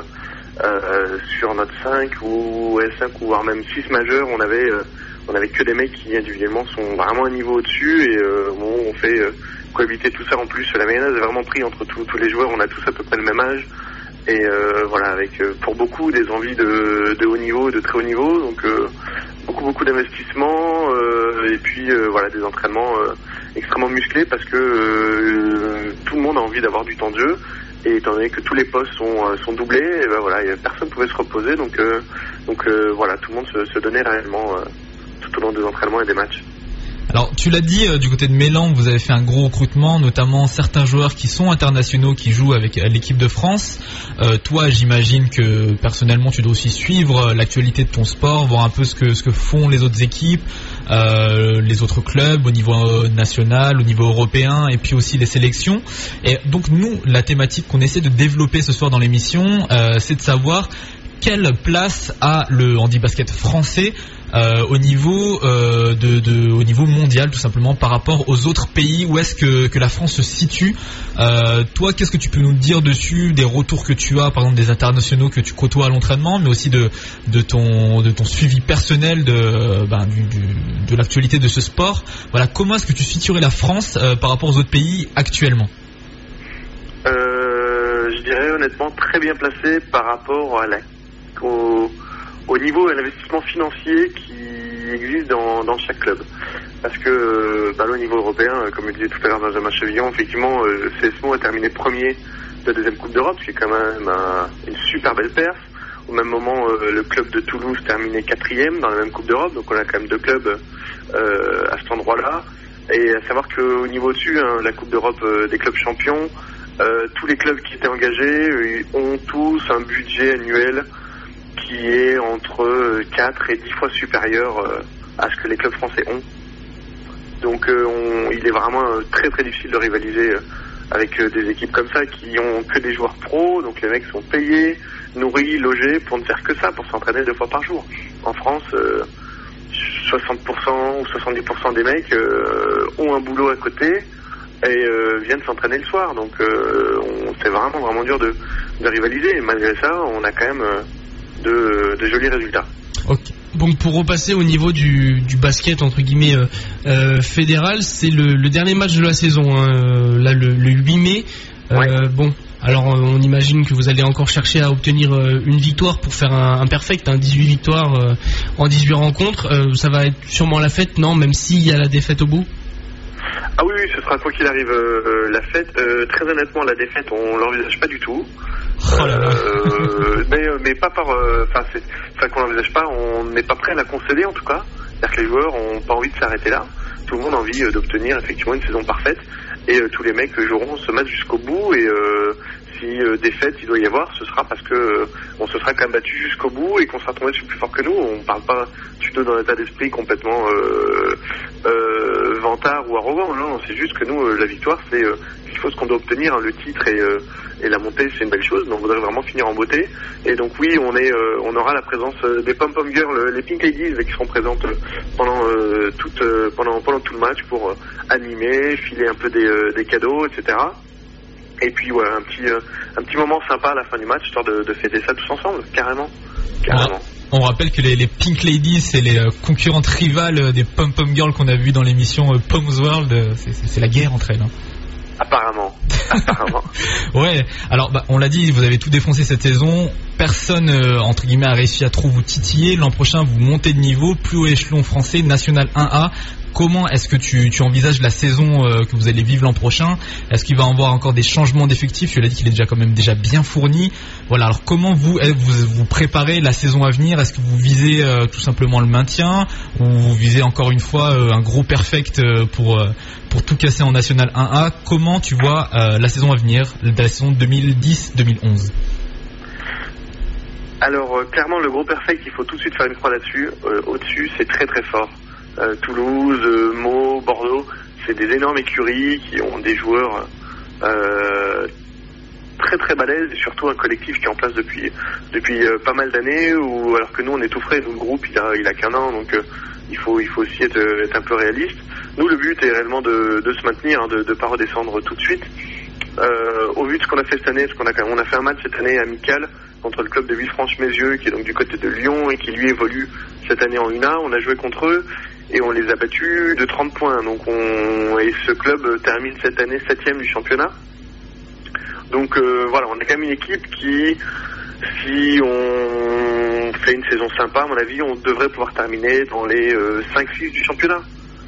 euh, sur notre cinq ou ouais, cinq ou voire même six majeurs, on avait euh, on avait que des mecs qui individuellement sont vraiment un niveau au-dessus et euh, bon, on fait euh, cohabiter tout ça en plus. La mayonnaise est vraiment pris entre tous, tous les joueurs, on a tous à peu près le même âge et euh, voilà avec euh, pour beaucoup des envies de, de haut niveau, de très haut niveau, donc euh, beaucoup beaucoup d'investissements euh, et puis euh, voilà des entraînements euh, extrêmement musclé parce que euh, tout le monde a envie d'avoir du temps de jeu. Et étant donné que tous les postes sont, euh, sont doublés, et ben voilà, personne ne pouvait se reposer. Donc, euh, donc euh, voilà, tout le monde se, se donnait réellement euh, tout au long des entraînements et des matchs. Alors tu l'as dit, euh, du côté de Mélan, vous avez fait un gros recrutement, notamment certains joueurs qui sont internationaux, qui jouent avec euh, l'équipe de France. Euh, toi, j'imagine que personnellement, tu dois aussi suivre euh, l'actualité de ton sport, voir un peu ce que ce que font les autres équipes, euh, les autres clubs au niveau euh, national, au niveau européen, et puis aussi les sélections. Et donc nous, la thématique qu'on essaie de développer ce soir dans l'émission, euh, c'est de savoir quelle place a le handibasket français Euh, au niveau euh, de, de au niveau mondial, tout simplement, par rapport aux autres pays. Où est-ce que, que la France se situe? euh, Toi, qu'est-ce que tu peux nous dire dessus, des retours que tu as, par exemple des internationaux que tu côtoies à l'entraînement, mais aussi de de ton de ton suivi personnel de ben, du, du, de l'actualité de ce sport. Voilà, comment est-ce que tu situerais la France euh, par rapport aux autres pays actuellement? euh, Je dirais honnêtement très bien placé par rapport à la au au niveau de l'investissement financier qui existe dans, dans chaque club. Parce que bah, là, au niveau européen, comme je disais tout à l'heure Benjamin Chevillon, effectivement, euh, le C S M O a terminé premier de la deuxième Coupe d'Europe, ce qui est quand même un, une super belle perf. Au même moment, euh, le club de Toulouse terminait quatrième dans la même Coupe d'Europe, donc on a quand même deux clubs euh, à cet endroit-là. Et à savoir qu'au niveau au-dessus, hein, la Coupe d'Europe euh, des clubs champions, euh, tous les clubs qui étaient engagés euh, ont tous un budget annuel qui est entre quatre et dix fois supérieur à ce que les clubs français ont. Donc euh, on, il est vraiment très très difficile de rivaliser avec des équipes comme ça qui ont que des joueurs pros, donc les mecs sont payés, nourris, logés pour ne faire que ça, pour s'entraîner deux fois par jour. En France, euh, soixante pour cent ou soixante-dix pour cent des mecs euh, ont un boulot à côté et euh, viennent s'entraîner le soir. Donc euh, on, c'est vraiment vraiment dur de, de rivaliser. Et malgré ça, on a quand même euh, De, de jolis résultats. Ok. Donc pour repasser au niveau du, du basket entre guillemets euh, euh, fédéral, c'est le, le dernier match de la saison, hein, là le, le huit mai. Euh, ouais. Bon, alors on imagine que vous allez encore chercher à obtenir euh, une victoire pour faire un, un perfect, hein, dix-huit victoires euh, en dix-huit rencontres. Euh, ça va être sûrement la fête, non? Même s'il y a la défaite au bout. Ah oui, oui, ce sera quoi qu'il arrive euh, la fête. Euh, très honnêtement, la défaite, on l'envisage pas du tout. Oh là là. Euh, mais, mais pas par... Enfin, euh, c'est ça qu'on l'envisage pas, on n'est pas prêt à la concéder en tout cas. C'est-à-dire que les joueurs ont pas envie de s'arrêter là. Tout le monde a envie euh, d'obtenir effectivement une saison parfaite. Et euh, tous les mecs joueront ce match jusqu'au bout. Et euh, si euh, défaite il doit y avoir, ce sera parce que euh, on se sera quand même battu jusqu'au bout et qu'on sera tombé sur plus fort que nous. On parle pas plutôt d'un état d'esprit complètement euh, euh, vantard ou arrogant. Non, c'est juste que nous, euh, la victoire, c'est euh, quelque chose qu'on doit obtenir. Hein, le titre et, euh, et la montée, c'est une belle chose. Donc on voudrait vraiment finir en beauté. Et donc oui, on est, euh, on aura la présence euh, des Pom Pom Girls, les Pink Ladies, qui seront présentes pendant euh, toute, euh, pendant pendant tout le match pour euh, animer, filer un peu des, euh, des cadeaux, et cetera. Et puis ouais, un petit euh, un petit moment sympa à la fin du match, histoire de, de fêter ça tous ensemble, carrément, carrément. On rappelle que les, les Pink Ladies, c'est les euh, concurrentes rivales euh, des Pom Pom Girls qu'on a vu dans l'émission euh, Pom's World. Euh, c'est, c'est, c'est la guerre entre elles. Hein. Apparemment. Apparemment. Ouais. Alors, bah, on l'a dit, vous avez tout défoncé cette saison. Personne, euh, entre guillemets, a réussi à trop vous titiller. L'an prochain, vous montez de niveau, plus haut échelon français, National un A. Comment est-ce que tu, tu envisages la saison euh, que vous allez vivre l'an prochain? Est-ce qu'il va y avoir encore des changements d'effectifs? Tu l'as dit qu'il est déjà quand même déjà bien fourni. Voilà. Alors comment vous vous, vous préparez la saison à venir? Est-ce que vous visez euh, tout simplement le maintien, ou vous visez encore une fois euh, un gros perfect euh, pour euh, pour tout casser en National un A? Comment tu vois euh, la saison à venir, la saison deux mille dix deux mille onze? Alors euh, clairement, le gros perfect, il faut tout de suite faire une croix là-dessus. Euh, au-dessus, c'est très très fort. Euh, Toulouse, euh, Meaux, Bordeaux, c'est des énormes écuries qui ont des joueurs euh, très très balèzes et surtout un collectif qui est en place depuis depuis euh, pas mal d'années. Ou alors que nous on est tout frais, nous le groupe il a il a qu'un an, donc euh, il faut il faut aussi être, être un peu réaliste. Nous le but est réellement de, de se maintenir, hein, de ne pas redescendre tout de suite. Euh, au vu de ce qu'on a fait cette année, parce qu'on a on a fait un match cette année amical contre le club de Villefranche-Mézieux qui est donc du côté de Lyon et qui lui évolue cette année en une A. On a joué contre eux et on les a battus de trente points. Donc on et ce club termine cette année septième du championnat. Donc euh, voilà, on a quand même une équipe qui, si on fait une saison sympa, à mon avis, on devrait pouvoir terminer dans les euh, cinq six du championnat.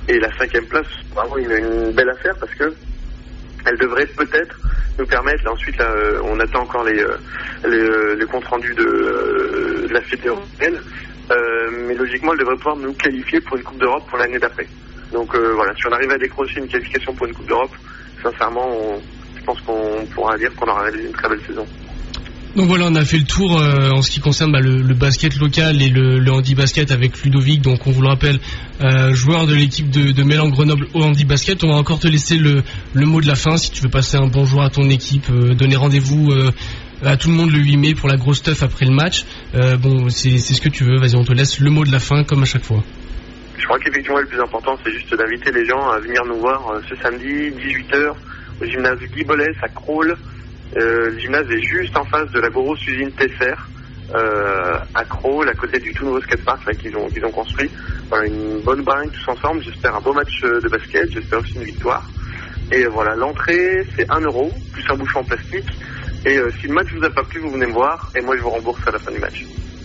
Et la cinquième place, vraiment une, une belle affaire parce que elle devrait peut-être nous permettre, là ensuite là, euh, on attend encore les, euh, les, euh, les comptes rendus de, euh, de la Fédération européenne, euh, mais logiquement elle devrait pouvoir nous qualifier pour une Coupe d'Europe pour l'année d'après. Donc euh, voilà, si on arrive à décrocher une qualification pour une Coupe d'Europe, sincèrement, on, je pense qu'on pourra dire qu'on aura réalisé une très belle saison. Donc voilà, on a fait le tour euh, en ce qui concerne bah, le, le basket local et le, le handi-basket avec Ludovic. Donc on vous le rappelle, euh, joueur de l'équipe de, de Mélan Grenoble au handi-basket. On va encore te laisser le, le mot de la fin si tu veux passer un bonjour à ton équipe, euh, donner rendez-vous euh, à tout le monde le huit mai pour la grosse stuff après le match. Euh, bon, c'est, c'est ce que tu veux, vas-y, on te laisse le mot de la fin comme à chaque fois. Je crois qu'effectivement le plus important c'est juste d'inviter les gens à venir nous voir euh, ce samedi dix-huit heures au gymnase Guy Bolès à Crolles. Euh, le gymnase est juste en face de la grosse usine Tesser euh, à Crolles, à côté du tout nouveau skatepark là, qu'ils ont, qu'ils ont construit. Voilà, une bonne bringue tous ensemble, j'espère un beau match de basket, j'espère aussi une victoire. Et euh, voilà, l'entrée c'est un euro, plus un bouchon en plastique. Et euh, si le match vous a pas plu, vous venez me voir et moi je vous rembourse à la fin du match.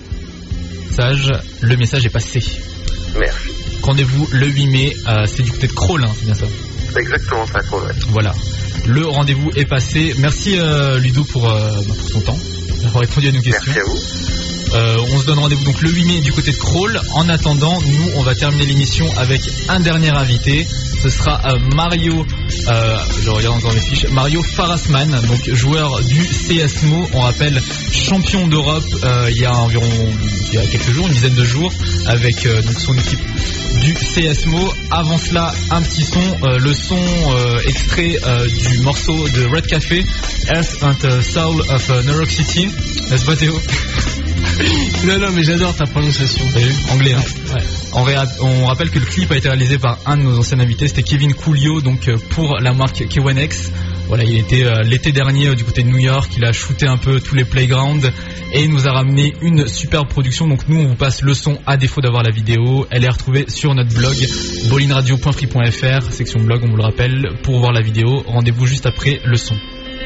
Sage, le message est passé. Merci. Rendez-vous le huit mai, euh, c'est du côté de Crolles, hein, c'est bien ça? C'est exactement ça, Crolles, ouais. Voilà. Le rendez-vous est passé. Merci euh, Ludo pour, euh, pour ton temps, d'avoir répondu à nos questions. Merci à vous. Euh, on se donne rendez-vous donc le huit mai du côté de Crolles. En attendant, nous on va terminer l'émission avec un dernier invité. Ce sera euh, Mario, euh, je regarde encore mes fiches, Mario Farasman, donc joueur du C S M O. On rappelle champion d'Europe euh, il y a environ il y a quelques jours, une dizaine de jours, avec euh, donc son équipe du C S M O. Avant cela, un petit son, euh, le son euh, extrait euh, du morceau de Red Café, Earth and Soul of uh, New York City. N'est-ce pas Théo? Non, non, mais j'adore ta prononciation. T'as vu? Anglais, hein. Ouais. On, réa- on rappelle que le clip a été réalisé par un de nos anciens invités, c'était Kevin Coolio, donc euh, pour la marque K un X. Voilà, il était euh, l'été dernier euh, du côté de New York, il a shooté un peu tous les playgrounds et il nous a ramené une superbe production. Donc nous, on vous passe le son à défaut d'avoir la vidéo. Elle est retrouvée sur notre blog bolinradio point free point f r, section blog, on vous le rappelle. Pour voir la vidéo, rendez-vous juste après le son.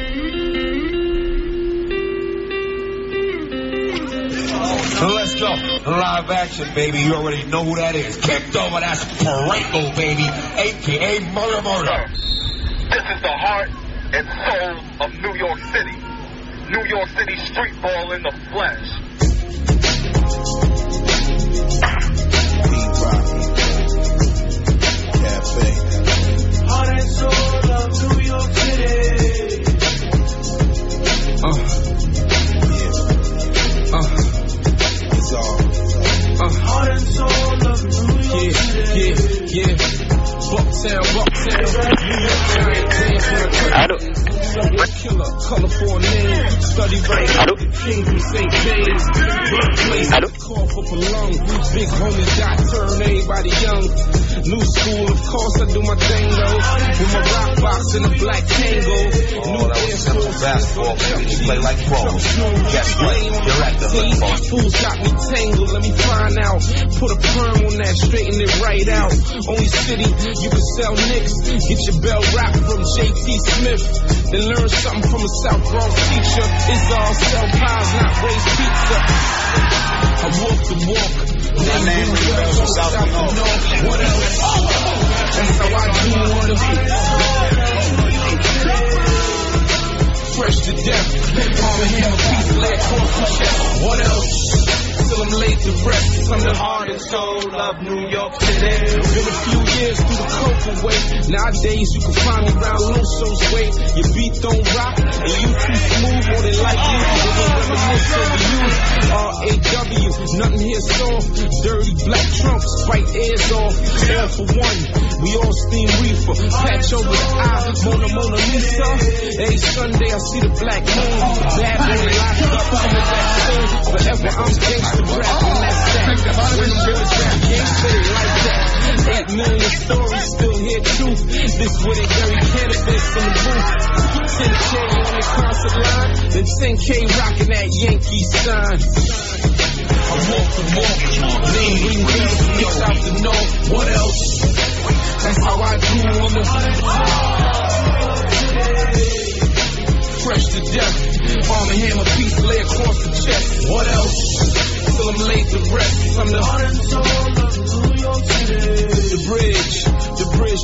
Let's go. Live action, baby. You already know who that is. Kicked over, that's Pareto, baby. A K A Murder Murder. This is the heart and soul of New York City. New York City street ball in the flesh. Cafe. Heart and soul of New York City. Uh. Yeah. Uh. Uh, heart and soul of New York City. Yeah, yeah, yeah. Bucktown, Bucktown, New York Giant. Allô. Killer, colorful name. Study right. Allô. King from Saint James. Allô. Call for prolong. Big homie got turn everybody young. New school, of course I do my thing though. With my rock box and a black tango. Oh, that was simple basketball, baby. You play like pros. Guess what? You're at the football. Fools got me tangled, let me find out. Put a perm on that, straighten it right out. Only city you can sell nicks. Get your bell wrapped from J T Smith. Then learn something from a South Bronx teacher. It's all sell pies, not raise pizza. I walk the walk. My name is from South North. What else? That's how I do on the beat. Fresh to death. Arm and hammer, piece, leg, cross the chest. What else? Till I'm laid to rest. I'm the heart and soul of New York City. Been a few years through the coke away. Nowadays you can find me around Loso's way. Your beat don't rock and you too smooth. More than likely they gon' reminisce over you. R A W, nothing here soft. Dirty black trunks, bite ears off. All for one, we all steam reefer. Patch over the eye, Mona Mona Lisa. Every Sunday I see the black moon. Bad boy locked up, coming back soon. Forever I'm gangsta. Rapping, that's that. When them boys rap, gangsta, they like that. Eight million stories, still hear truth. This where they bury cannabis in the booth. ten K on the concert line, then ten K rocking that Yankee sign. I walk the walk, lean, lean, lean, mix out the north. What else? That's how I do on the fresh to death. Arm and hammer, piece, lay across the chest. What else? Till I'm laid to rest. I'm the heart and soul of New York City. The bridge.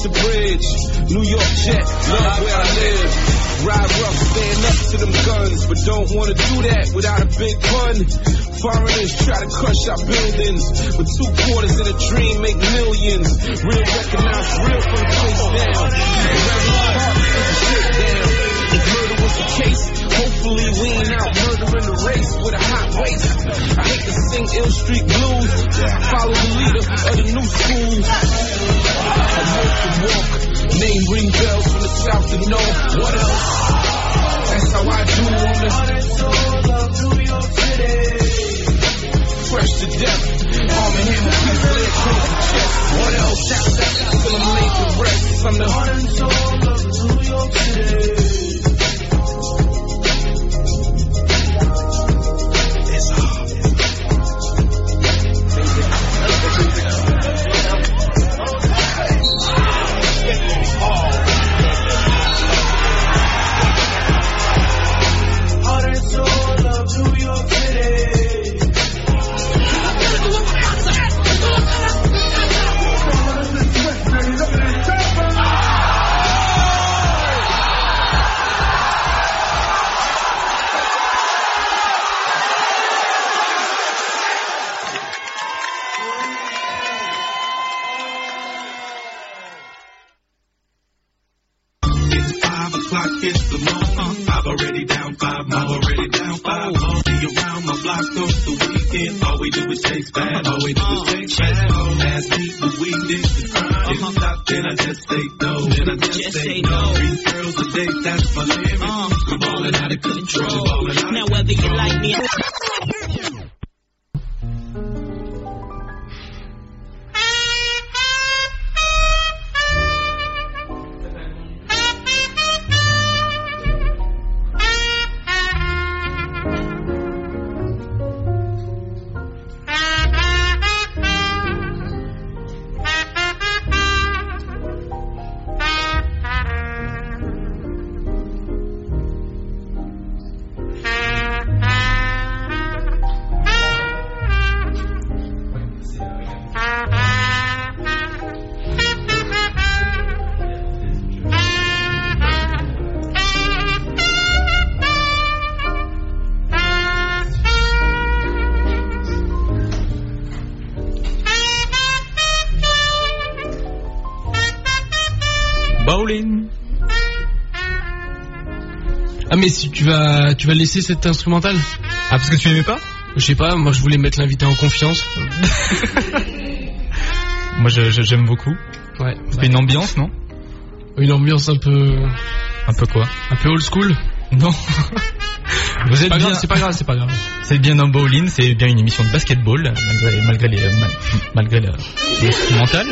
the bridge. New York jet, love where I live. Ride rough, stand up to them guns, but don't wanna do that without a big pun. Foreigners try to crush our buildings, but two quarters in a dream make millions. Real recognize real from the face down. Shit down. If murder was the case, hopefully we ain't out murdering the race with a hot waist. I hate to sing Ill Street Blues, follow the leader of the new school. I walk the walk, name ring bells from the south to north. What else? That's how I do on the New York City. Fresh to death, arm and hammer, piece, leg, close to chest. What else? Till I'm laid to rest. I'm the heart and soul of New York City. Ah mais si tu vas tu vas laisser cet instrumental. Ah parce que tu aimais pas? Je sais pas, moi je voulais mettre l'invité en confiance. Moi je, je, j'aime beaucoup. Ouais. C'est bah. une ambiance, non? Une ambiance un peu... Un peu quoi? Un peu old school? Non. Vous êtes pas bien... grave, c'est pas grave, c'est pas grave. C'est bien dans Bowling, c'est bien une émission de basketball, malgré, malgré les, mal, malgré l'instrumental.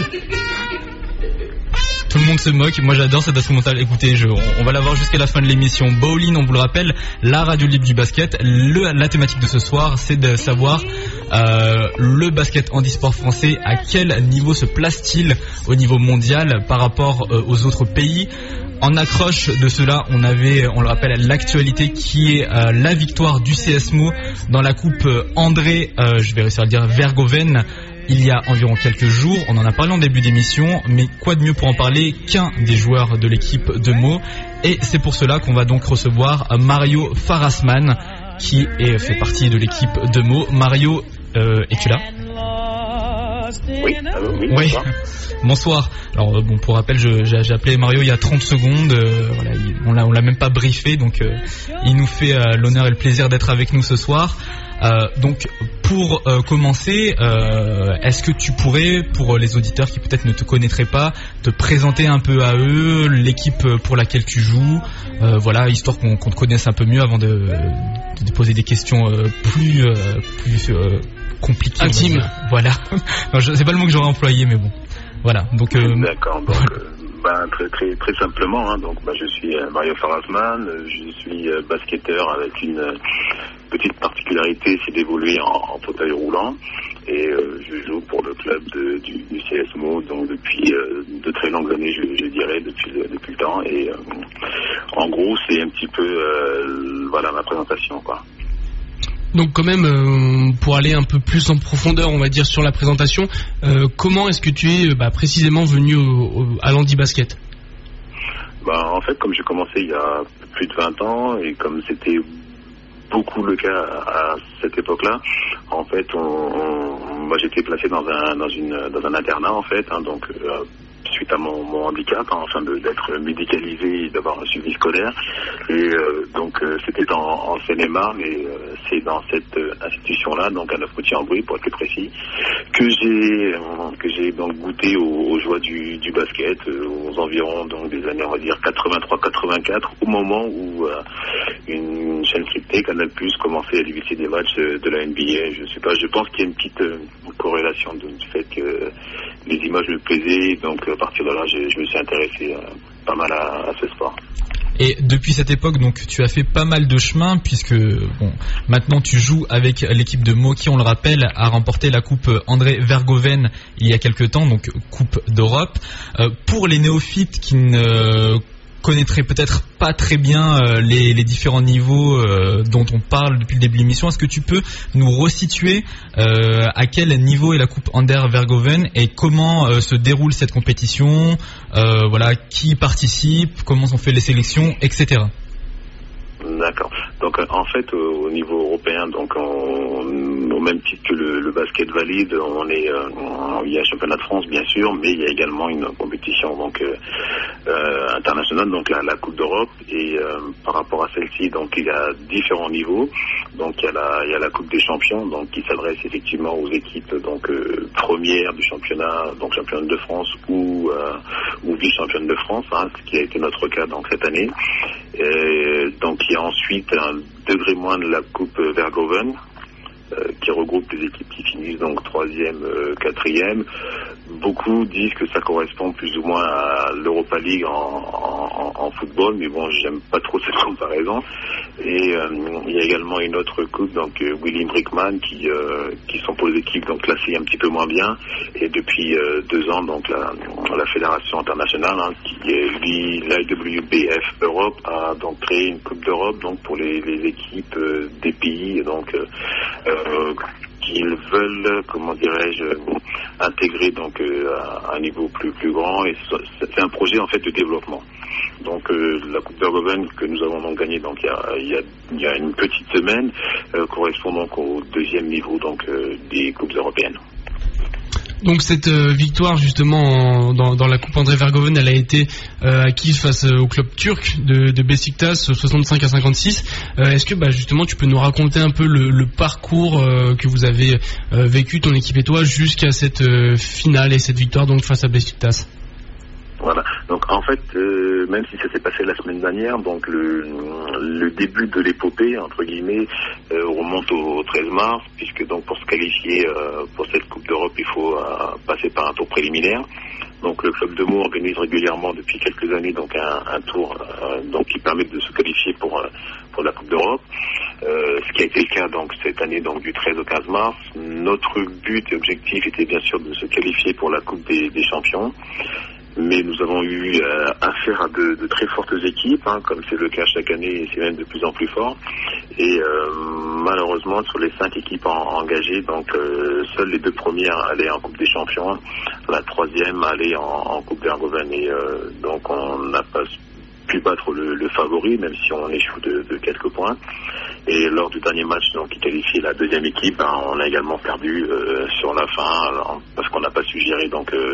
Tout le monde se moque, moi j'adore cet instrumental. Écoutez, je, on, on va l'avoir jusqu'à la fin de l'émission. Bowling, on vous le rappelle, la radio libre du basket. Le, la thématique de ce soir, c'est de savoir euh, le basket handisport français, à quel niveau se place-t-il au niveau mondial par rapport euh, aux autres pays. En accroche de cela, on avait, on le rappelle, l'actualité qui est euh, la victoire du C S M O dans la coupe André, euh, je vais réussir à le dire, Vergoven. Il y a environ quelques jours, on en a parlé en début d'émission, mais quoi de mieux pour en parler qu'un des joueurs de l'équipe de Meaux. Et c'est pour cela qu'on va donc recevoir Mario Farasman, qui est, fait partie de l'équipe de Meaux. Mario, euh, es-tu là? Oui, allô, oui, oui. bonsoir. Bonsoir. Alors euh, bon, pour rappel, je, j'ai, j'ai appelé Mario il y a trente secondes. Euh, voilà, il, on l'a, on l'a même pas briefé, donc euh, il nous fait euh, l'honneur et le plaisir d'être avec nous ce soir. Euh, donc pour euh, commencer, euh, est-ce que tu pourrais, pour les auditeurs qui peut-être ne te connaîtraient pas, te présenter un peu à eux, l'équipe pour laquelle tu joues, euh, voilà, histoire qu'on, qu'on te connaisse un peu mieux avant de, de, de poser des questions euh, plus, euh, plus euh, compliquées. Intimes. Voilà. Non, je, c'est pas le mot que j'aurais employé, mais bon. Voilà. Donc. Euh, D'accord. Donc. Euh... Ben, très très très simplement, hein. Donc ben, je suis euh, Mario Farasman, euh, je suis euh, basketteur avec une euh, petite particularité, c'est d'évoluer en, en fauteuil roulant, et euh, je joue pour le club de, du, du C S M O, donc depuis euh, de très longues années, je, je dirais, depuis le, depuis le temps, et euh, en gros c'est un petit peu euh, voilà ma présentation, quoi. Donc quand même, euh, pour aller un peu plus en profondeur, on va dire, sur la présentation, euh, comment est-ce que tu es bah, précisément venu au, au, à l'Handi Basket ? Bah, en fait, comme j'ai commencé il y a plus de vingt ans, et comme c'était beaucoup le cas à cette époque-là, en fait, on, on, moi j'étais placé dans un, dans une, dans un internat, en fait, hein, donc... Euh, suite à mon, mon handicap, hein, afin de, d'être médicalisé et d'avoir un suivi scolaire. Et euh, donc euh, c'était en, en Seine-et-Marne, et euh, c'est dans cette euh, institution-là, donc à Neufmoutier-en-Brie pour être plus précis, que j'ai euh, que j'ai donc goûté aux, aux joies du, du basket, euh, aux environs donc des années on va dire quatre-vingt-trois quatre-vingt-quatre, au moment où euh, une chaîne cryptée, Canal Plus, commençait à diffuser des matchs euh, de la N B A. Je sais pas, je pense qu'il y a une petite euh, corrélation du fait que euh, les images me plaisaient, donc à partir de là, je, je me suis intéressé euh, pas mal à, à ce sport. Et depuis cette époque, donc, tu as fait pas mal de chemin, puisque bon, maintenant tu joues avec l'équipe de Meaux, qui, on le rappelle, a remporté la coupe André Vergoven il y a quelques temps, donc coupe d'Europe. Euh, pour les néophytes qui ne connaîtraient peut-être pas très bien euh, les, les différents niveaux euh, dont on parle depuis le début de l'émission, est-ce que tu peux nous resituer euh, à quel niveau est la coupe André Vergoven et comment euh, se déroule cette compétition, euh, voilà, qui participe, comment sont faites les sélections, et cetera. D'accord. Donc en fait au, au niveau européen, donc on, au même titre que le, le basket valide, on est, euh, on, il y a le championnat de France bien sûr, mais il y a également une compétition donc euh, euh, internationale, donc la, la Coupe d'Europe. Et euh, par rapport à celle-ci, donc il y a différents niveaux. Donc il y a la, il y a la Coupe des Champions, donc qui s'adresse effectivement aux équipes donc euh, premières du championnat, donc championne de France ou euh, ou vice-championne de France, hein, ce qui a été notre cas donc cette année. Et donc il y a ensuite un degré moins de la Coupe Vergoven, euh, qui regroupe les équipes qui finissent donc troisième, euh, quatrième. Beaucoup disent que ça correspond plus ou moins à l'Europa League en, en, en football, mais bon, j'aime pas trop cette comparaison. Et euh, il y a également une autre coupe, donc euh, Willy Brickman, qui euh, qui sont pour les équipes donc classées un petit peu moins bien. Et depuis euh, deux ans, donc la, la fédération internationale, hein, qui est l'I W B F Europe, a donc créé une coupe d'Europe donc pour les, les équipes euh, des pays donc euh, euh, qu'ils veulent, comment dirais-je, intégrer donc euh, à un niveau plus plus grand. Et c'est un projet en fait de développement. Donc euh, la Coupe Vergoven que nous avons donc gagnée donc il y a, il y a, il y a une petite semaine euh, correspond donc au deuxième niveau donc euh, des coupes européennes. Donc cette euh, victoire justement en, dans, dans la Coupe André Vergoven, elle a été euh, acquise face euh, au club turc de, de Beşiktaş, soixante-cinq à cinquante-six. Euh, est-ce que bah, justement tu peux nous raconter un peu le, le parcours euh, que vous avez euh, vécu, ton équipe et toi, jusqu'à cette euh, finale et cette victoire donc face à Beşiktaş? Voilà. Donc en fait, euh, même si ça s'est passé la semaine dernière, donc le, le début de l'épopée entre guillemets euh, remonte au, au treize mars, puisque donc pour se qualifier euh, pour cette Coupe d'Europe, il faut euh, passer par un tour préliminaire. Donc le club de Meaux organise régulièrement depuis quelques années donc un, un tour euh, donc qui permet de se qualifier pour euh, pour la Coupe d'Europe. Euh, ce qui a été le cas donc cette année donc du treize au quinze mars. Notre but et objectif était bien sûr de se qualifier pour la Coupe des, des Champions. Mais nous avons eu euh, affaire à de, de très fortes équipes, hein, comme c'est le cas chaque année, et c'est même de plus en plus fort. Et euh, malheureusement, sur les cinq équipes en, engagées, donc euh, seules les deux premières allaient en Coupe des Champions, la troisième allait en, en Coupe Vergoven. Et euh, donc on n'a pas pu battre le, le favori, même si on échoue de, de quelques points. Et lors du dernier match donc, qui qualifiait la deuxième équipe, ben, on a également perdu euh, sur la fin, alors, parce qu'on n'a pas su gérer donc euh,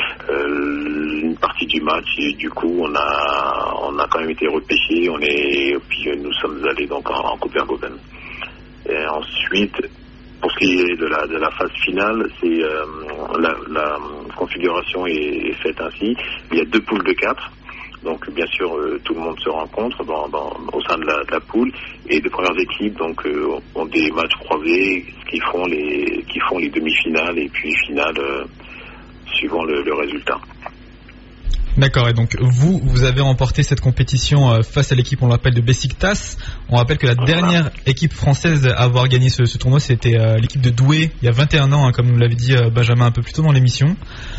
euh, une partie du match. Et du coup, on a on a quand même été repêchés. On est puis euh, nous sommes allés donc en, en Coupe Vergoven. Et ensuite, pour ce qui est de la de la phase finale, c'est euh, la, la configuration est, est faite ainsi. Il y a deux poules de quatre. Donc bien sûr euh, tout le monde se rencontre dans, dans, au sein de la, de la poule, et les premières équipes donc euh, ont des matchs croisés qui font les qui font les demi-finales et puis finales euh, suivant le, le résultat. D'accord, et donc vous, vous avez remporté cette compétition euh, face à l'équipe, on l'appelle de Beşiktaş. On rappelle que la voilà. dernière équipe française à avoir gagné ce, ce tournoi, c'était euh, l'équipe de Douai, il y a vingt et un ans, hein, comme nous l'avait dit euh, Benjamin un peu plus tôt dans l'émission.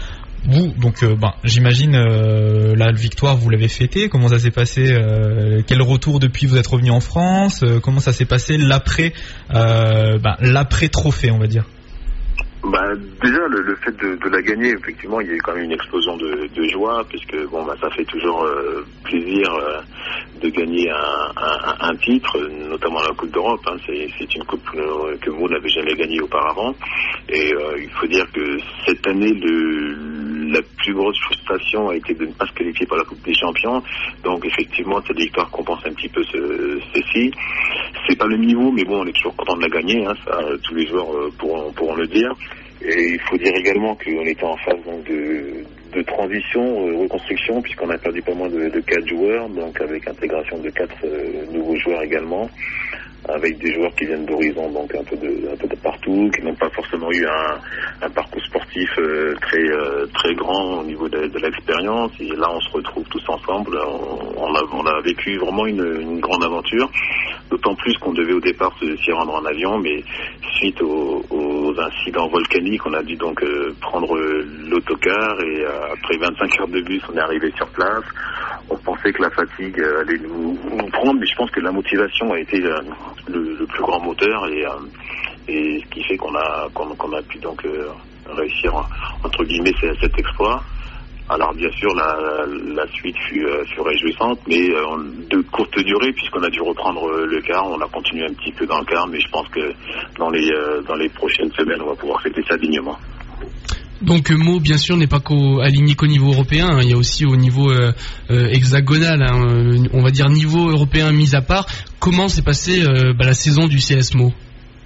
vous, donc, euh, ben, j'imagine euh, la victoire, vous l'avez fêtée. Comment ça s'est passé euh, Quel retour depuis vous êtes revenu en France euh, Comment ça s'est passé l'après, euh, ben, l'après trophée, on va dire? Bah, déjà, le, le fait de, de la gagner, effectivement, il y a eu quand même une explosion de, de joie, puisque bon, bah, ça fait toujours euh, plaisir euh, de gagner un, un, un titre, notamment la Coupe d'Europe. Hein. C'est, c'est une coupe euh, que Meaux n'avait jamais gagnée auparavant. Et euh, il faut dire que cette année, le, la plus grosse frustration a été de ne pas se qualifier pour la Coupe des Champions. Donc, effectivement, cette victoire compense un petit peu ce, ceci. C'est pas le niveau, mais bon, on est toujours content de la gagner. Hein. Ça, tous les joueurs euh, pourront, pourront le dire. Et il faut dire également qu'on était en phase donc, de, de transition, euh, reconstruction, puisqu'on a perdu pas moins de, de quatre joueurs, donc avec intégration de quatre euh, nouveaux joueurs également, avec des joueurs qui viennent d'horizon, donc un peu de, un peu de partout, qui n'ont pas forcément eu un, un parcours sportif euh, très euh, très grand au niveau de, de l'expérience. Et là, on se retrouve tous ensemble. On, on, a, on a vécu vraiment une, une grande aventure, d'autant plus qu'on devait au départ se, s'y rendre en avion, mais suite aux, aux incidents volcaniques, on a dû donc euh, prendre l'autocar et euh, après vingt-cinq heures de bus, on est arrivé sur place. On pensait que la fatigue euh, allait nous, nous prendre, mais je pense que la motivation a été euh, le, le plus grand moteur et, euh, et ce qui fait qu'on a qu'on, qu'on a pu donc euh, réussir entre guillemets cet exploit. Alors bien sûr la, la suite fut, euh, fut réjouissante, mais euh, de courte durée puisqu'on a dû reprendre euh, le quart. On a continué un petit peu dans le quart, mais je pense que dans les euh, dans les prochaines semaines on va pouvoir fêter ça dignement. Donc Meaux, bien sûr, n'est pas qu'au, aligné qu'au niveau européen, hein. Il y a aussi au niveau euh, euh, hexagonal, hein. On va dire niveau européen mis à part. Comment s'est passée euh, bah, la saison du C S Meaux?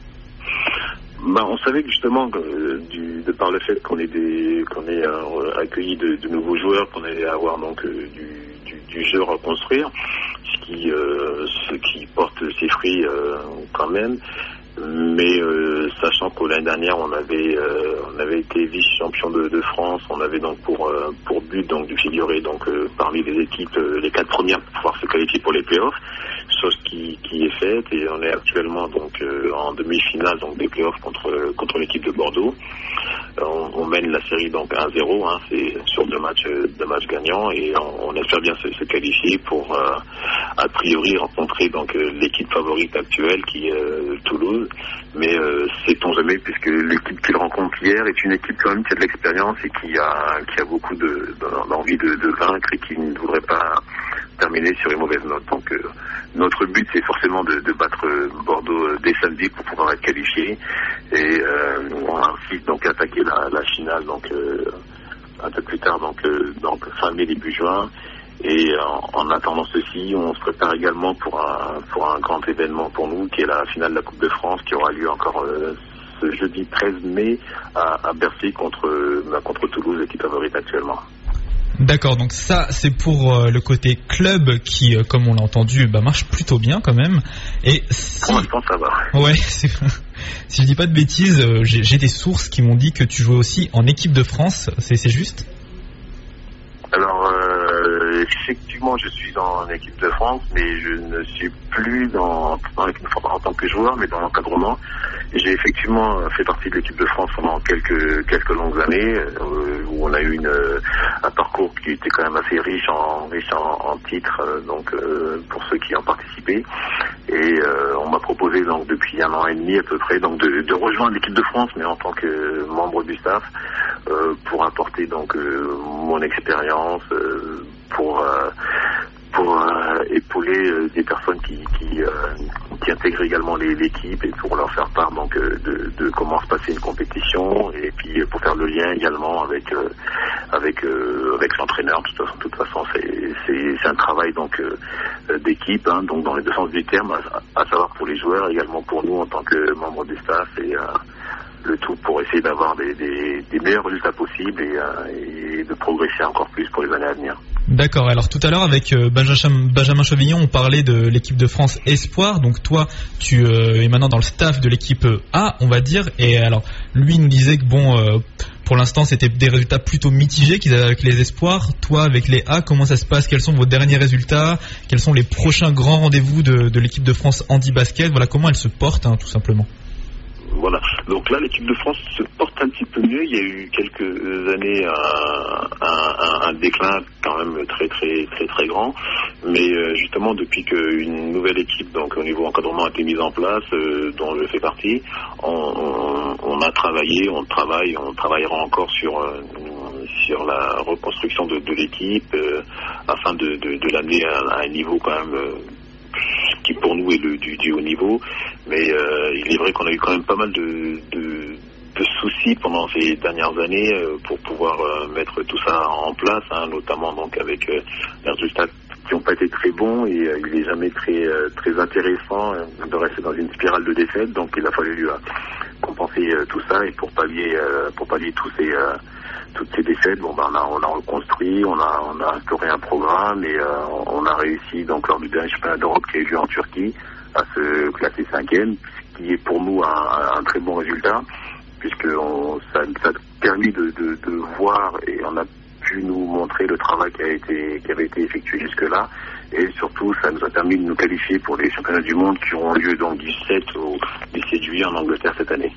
Bah, on savait que justement, euh, du, de par le fait qu'on ait, des, qu'on ait euh, accueilli de, de nouveaux joueurs, qu'on allait avoir donc euh, du, du, du jeu à reconstruire, ce qui, euh, ce qui porte ses fruits euh, quand même. Mais euh, sachant qu'au l'année dernière on avait euh, on avait été vice-champion de, de France, on avait donc pour euh, pour but donc de figurer donc euh, parmi les équipes euh, les quatre premières pour pouvoir se qualifier pour les playoffs, chose qui qui est faite et on est actuellement donc euh, en demi-finale donc des playoffs contre contre l'équipe de Bordeaux. On, on mène la série donc un zéro, hein, c'est sur deux matchs deux matchs gagnants et on, on espère bien se, se qualifier pour euh, a priori rencontrer donc euh, l'équipe favorite actuelle qui est euh, Toulouse. Mais euh, sait-on jamais, puisque l'équipe qu'il rencontre hier est une équipe quand même qui a de l'expérience et qui a qui a beaucoup de, d'envie de, de vaincre et qui ne voudrait pas terminer sur une mauvaise note. Donc euh, notre but c'est forcément de, de battre Bordeaux dès samedi pour pouvoir être qualifié et euh, on va ensuite donc attaquer la, la finale donc euh, un peu plus tard donc, euh, donc fin mai début juin. Et en, en attendant ceci, on se prépare également pour un, pour un grand événement pour nous, qui est la finale de la Coupe de France, qui aura lieu encore euh, ce jeudi treize mai à, à Bercy contre, euh, contre Toulouse, l'équipe favorite actuellement. D'accord, donc ça c'est pour euh, le côté club qui, euh, comme on l'a entendu, bah, marche plutôt bien quand même. Et si... Pour l'instant ça va. Ouais, c'est... si je dis pas de bêtises, euh, j'ai, j'ai des sources qui m'ont dit que tu jouais aussi en équipe de France, c'est, c'est juste ? Alors, euh, effectivement, je suis en équipe de France, mais je ne suis plus dans, dans l'équipe de France en tant que joueur, mais dans l'encadrement. J'ai effectivement fait partie de l'équipe de France pendant quelques quelques longues années, euh, où on a eu une, un parcours qui était quand même assez riche en riche en, en titres, euh, donc euh, pour ceux qui y ont participé. Et euh, on m'a proposé donc depuis un an et demi à peu près donc de, de rejoindre l'équipe de France, mais en tant que membre du staff, euh, pour apporter donc euh, mon expérience, euh, pour euh, pour euh, épauler euh, des personnes qui qui, euh, qui intègrent également les, l'équipe et pour leur faire part donc euh, de, de comment se passer une compétition et puis pour faire le lien également avec euh, avec euh, avec l'entraîneur. De toute façon, de toute façon c'est c'est c'est un travail donc euh, d'équipe, hein, donc dans les deux sens du terme, à, à savoir pour les joueurs, également pour nous en tant que membres du staff et euh, le tout pour essayer d'avoir des, des, des meilleurs résultats possibles et, euh, et de progresser encore plus pour les années à venir. D'accord, alors tout à l'heure avec euh, Benjamin, Benjamin Chevillon, on parlait de l'équipe de France Espoir, donc toi tu euh, es maintenant dans le staff de l'équipe A, on va dire, et alors lui nous disait que bon, euh, pour l'instant c'était des résultats plutôt mitigés qu'ils avaient avec les Espoirs. Toi avec les A, comment ça se passe? Quels sont vos derniers résultats? Quels sont les prochains grands rendez-vous de, de l'équipe de France Handi Basket? Voilà, comment elle se porte, hein, tout simplement. Voilà. Donc là, l'équipe de France se porte un petit peu mieux. Il y a eu quelques années un, un, un déclin quand même très très très très grand. Mais euh, justement, depuis qu'une nouvelle équipe, donc au niveau encadrement, a été mise en place, euh, dont je fais partie, on, on, on a travaillé, on travaille, on travaillera encore sur euh, sur la reconstruction de, de l'équipe euh, afin de, de, de l'amener à, à un niveau quand même euh, qui pour nous est le, du, du haut niveau. Mais euh, il est vrai qu'on a eu quand même pas mal de, de, de soucis pendant ces dernières années euh, pour pouvoir euh, mettre tout ça en place, hein, notamment donc avec euh, les résultats qui n'ont pas été très bons et euh, il n'est jamais très euh, très intéressant euh, de rester dans une spirale de défaites. Donc il a fallu euh, compenser euh, tout ça et pour pallier euh, pour pallier tous ces euh, toutes ces défaites, bon ben on a, on a reconstruit, on a on a instauré un programme et euh, on a réussi donc lors du dernier championnat d'Europe qui a eu lieu en Turquie à se classer cinquième, ce qui est pour nous un, un très bon résultat puisque on, ça, ça a permis de, de, de voir et on a pu nous montrer le travail qui a été qui avait été effectué jusque-là et surtout ça nous a permis de nous qualifier pour les championnats du monde qui auront lieu donc du sept au dix-sept juillet en Angleterre cette année.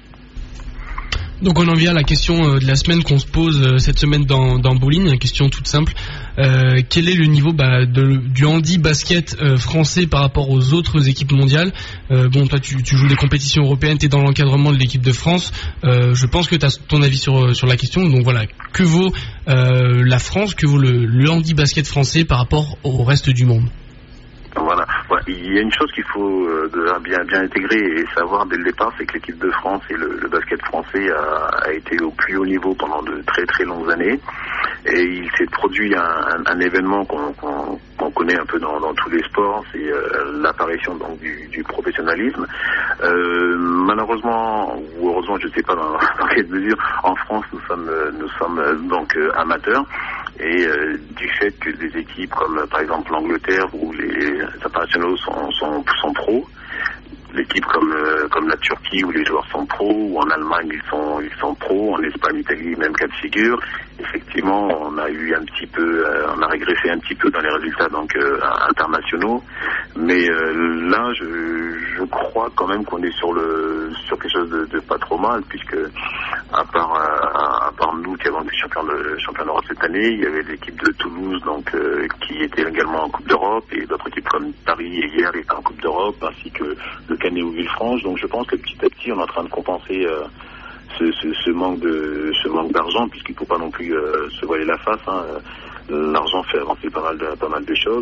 Donc on en vient à la question de la semaine qu'on se pose cette semaine dans, dans Bowling, une question toute simple. Euh, quel est le niveau bah, de, du handi basket euh, français par rapport aux autres équipes mondiales? euh, Bon, toi tu, tu joues des compétitions européennes, tu es dans l'encadrement de l'équipe de France. Euh, je pense que tu as ton avis sur, sur la question. Donc voilà, que vaut euh, la France, que vaut le, le handi basket français par rapport au reste du monde? Voilà. Ouais, il y a une chose qu'il faut euh, bien, bien intégrer et savoir dès le départ, c'est que l'équipe de France et le, le basket français a, a été au plus haut niveau pendant de très très longues années. Et il s'est produit un, un, un événement qu'on qu'on, qu'on connaît un peu dans, dans tous les sports, c'est euh, l'apparition donc du, du professionnalisme. Euh, malheureusement, ou heureusement, je ne sais pas dans, dans quelle mesure, en France nous sommes nous sommes donc euh, amateurs. Et euh, du fait que des équipes comme euh, par exemple l'Angleterre où les internationaux sont, sont, sont pros, l'équipe comme euh, comme la Turquie où les joueurs sont pros, ou en Allemagne ils sont ils sont pros, en Espagne, Italie, même cas de figure. Effectivement, on a eu un petit peu, euh, on a régressé un petit peu dans les résultats donc euh, internationaux. Mais euh, là, je, je crois quand même qu'on est sur le sur quelque chose de, de pas trop mal, puisque à part à, à part nous qui avons été champions de champion d'Europe cette année, il y avait l'équipe de Toulouse donc euh, qui était également en Coupe d'Europe et d'autres équipes comme Paris et hier étaient en Coupe d'Europe, ainsi que le Canet ou Villefranche. Donc je pense que petit à petit on est en train de compenser euh, ce, ce, ce manque de ce manque d'argent, puisqu'il ne faut pas non plus euh, se voiler la face, hein. L'argent fait avancer pas mal de pas mal de choses.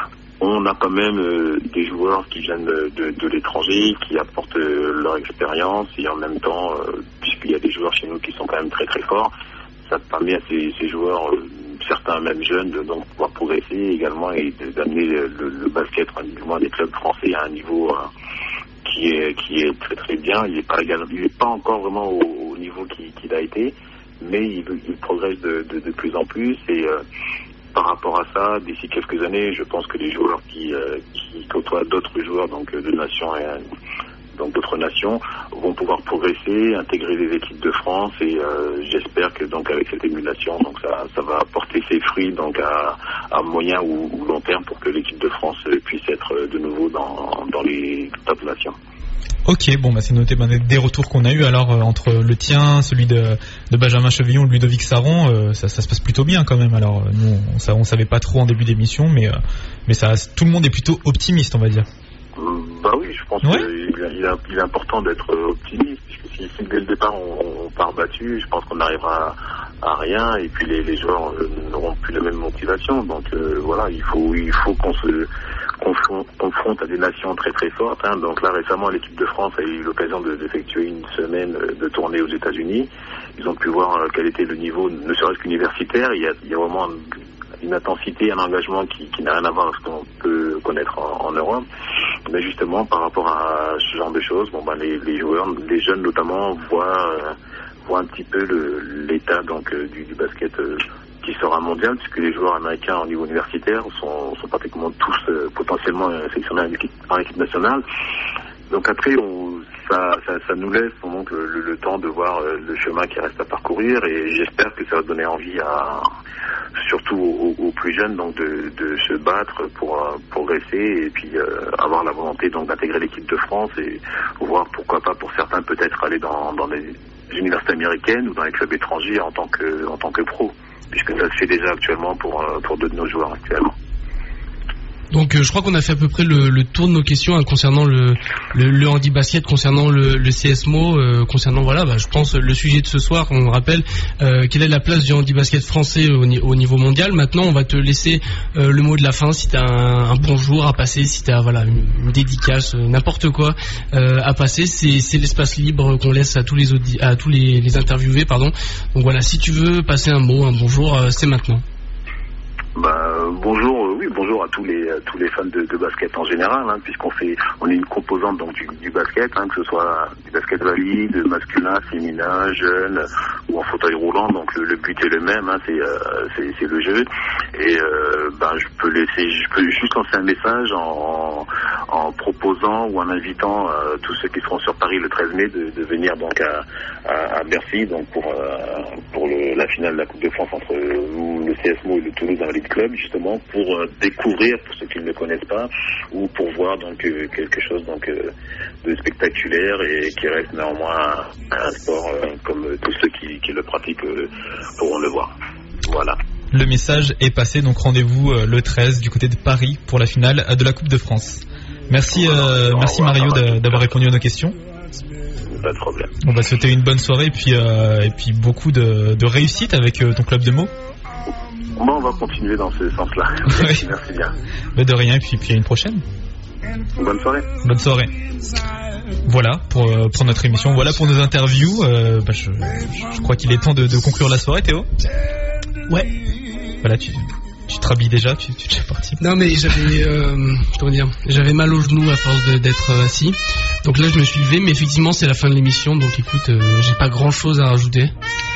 On a quand même euh, des joueurs qui viennent de, de, de l'étranger, qui apportent euh, leur expérience, et en même temps, euh, puisqu'il y a des joueurs chez nous qui sont quand même très très forts, ça permet à ces, ces joueurs, euh, certains même jeunes, de donc pouvoir progresser également et de, d'amener le, le, le basket, du moins des clubs français, à un niveau euh, qui est qui est très très bien. Il n'est pas égal, il est pas encore vraiment au, au niveau qu'il, qu'il a été, mais il, il progresse de, de, de plus en plus et euh, par rapport à ça, d'ici quelques années, je pense que les joueurs qui, euh, qui côtoient d'autres joueurs donc de nations et donc d'autres nations vont pouvoir progresser, intégrer les équipes de France et euh, j'espère que donc avec cette émulation, donc ça, ça va apporter ses fruits donc à, à moyen ou, ou long terme pour que l'équipe de France puisse être de nouveau dans, dans les top nations. Ok, bon bah c'est noté bah, des retours qu'on a eu alors euh, entre le tien, celui de, de Benjamin Chevillon, Ludovic Saron, euh, ça, ça se passe plutôt bien quand même. Alors euh, nous on, ça, on savait pas trop en début d'émission, mais euh, mais ça, tout le monde est plutôt optimiste, on va dire. Bah oui, je pense ouais. qu'il il est, il est important d'être optimiste, puisque si, si dès le départ on, on part battu, je pense qu'on n'arrivera à, à rien, et puis les, les joueurs euh, n'auront plus la même motivation. Donc euh, voilà, il faut il faut qu'on se confronte à des nations très très fortes, hein. Donc là récemment l'équipe de France a eu l'occasion de, d'effectuer une semaine de tournée aux États-Unis. Ils ont pu voir quel était le niveau, ne serait-ce qu'universitaire. Il y a, il y a vraiment une intensité, un engagement qui, qui n'a rien à voir avec ce qu'on peut connaître en, en Europe. Mais justement par rapport à ce genre de choses, bon ben les, les joueurs, les jeunes notamment voient, euh, voient un petit peu le, l'état donc euh, du, du basket euh, qui sera mondial, puisque les joueurs américains au niveau universitaire sont, sont pratiquement tous euh, potentiellement sélectionnés en équipe, en équipe nationale. donc après, on, ça, ça, ça nous laisse donc le, le, le temps de voir euh, le chemin qui reste à parcourir, et j'espère que ça va donner envie à, surtout aux, aux plus jeunes, donc de, de se battre pour euh, progresser, et puis euh, avoir la volonté donc d'intégrer l'équipe de France, et voir pourquoi pas pour certains peut-être aller dans, dans les universités américaines ou dans les clubs étrangers en tant que en tant que pro, puisque ça se fait déjà actuellement pour pour deux de nos joueurs actuellement. Donc euh, je crois qu'on a fait à peu près le, le tour de nos questions hein, concernant le, le, le handi basket, concernant le, le C S M O, euh, concernant voilà, bah, je pense le sujet de ce soir. On rappelle euh, quelle est la place du handi basket français au, au niveau mondial. Maintenant, on va te laisser euh, le mot de la fin. Si t'as un, un bonjour à passer, si t'as voilà une, une dédicace, euh, n'importe quoi euh, à passer, c'est, c'est l'espace libre qu'on laisse à tous les audi- à tous les, les interviewés, pardon. Donc voilà, si tu veux passer un mot, un bonjour, euh, c'est maintenant. Bah, bonjour, euh, oui, bonjour à tous les à tous les fans de, de basket en général, hein, puisqu'on fait, on est une composante donc du, du basket, hein, que ce soit du basket valide, masculin, féminin, jeune ou en fauteuil roulant. Donc le, le but est le même, hein, c'est, euh, c'est c'est le jeu. Et euh, ben je peux laisser, je peux juste lancer un message en en proposant ou en invitant euh, tous ceux qui seront sur Paris le treize mai de, de venir donc à, à, à Bercy, donc pour euh, pour le, la finale de la Coupe de France entre le C S M O et le Toulouse Invalide Club, justement pour euh, découvrir, pour ceux qui ne le connaissent pas, ou pour voir donc euh, quelque chose donc euh, de spectaculaire et qui reste néanmoins un, un sport euh, comme euh, tous ceux qui, qui le pratiquent euh, pourront le voir. Voilà. Le message est passé, donc rendez-vous euh, le treize du côté de Paris pour la finale de la Coupe de France. Merci, euh, merci Mario d'avoir répondu à nos questions. Pas de problème. On va souhaiter une bonne soirée et puis, euh, et puis beaucoup de, de réussite avec euh, ton club de mots. Bon, on va continuer dans ce sens-là. Oui. Merci bien. Mais de rien, et puis, puis à une prochaine. Bonne soirée. Bonne soirée. Voilà pour, euh, pour notre émission, voilà pour nos interviews. Euh, bah, je, je crois qu'il est temps de, de conclure la soirée, Théo. Ouais. Voilà, tu, tu te rhabilles déjà, tu, tu es déjà parti. Non mais j'avais, euh, comment dire, j'avais mal aux genoux à force de, d'être euh, assis. Donc là je me suis levé, mais effectivement c'est la fin de l'émission, donc écoute, euh, j'ai pas grand chose à rajouter.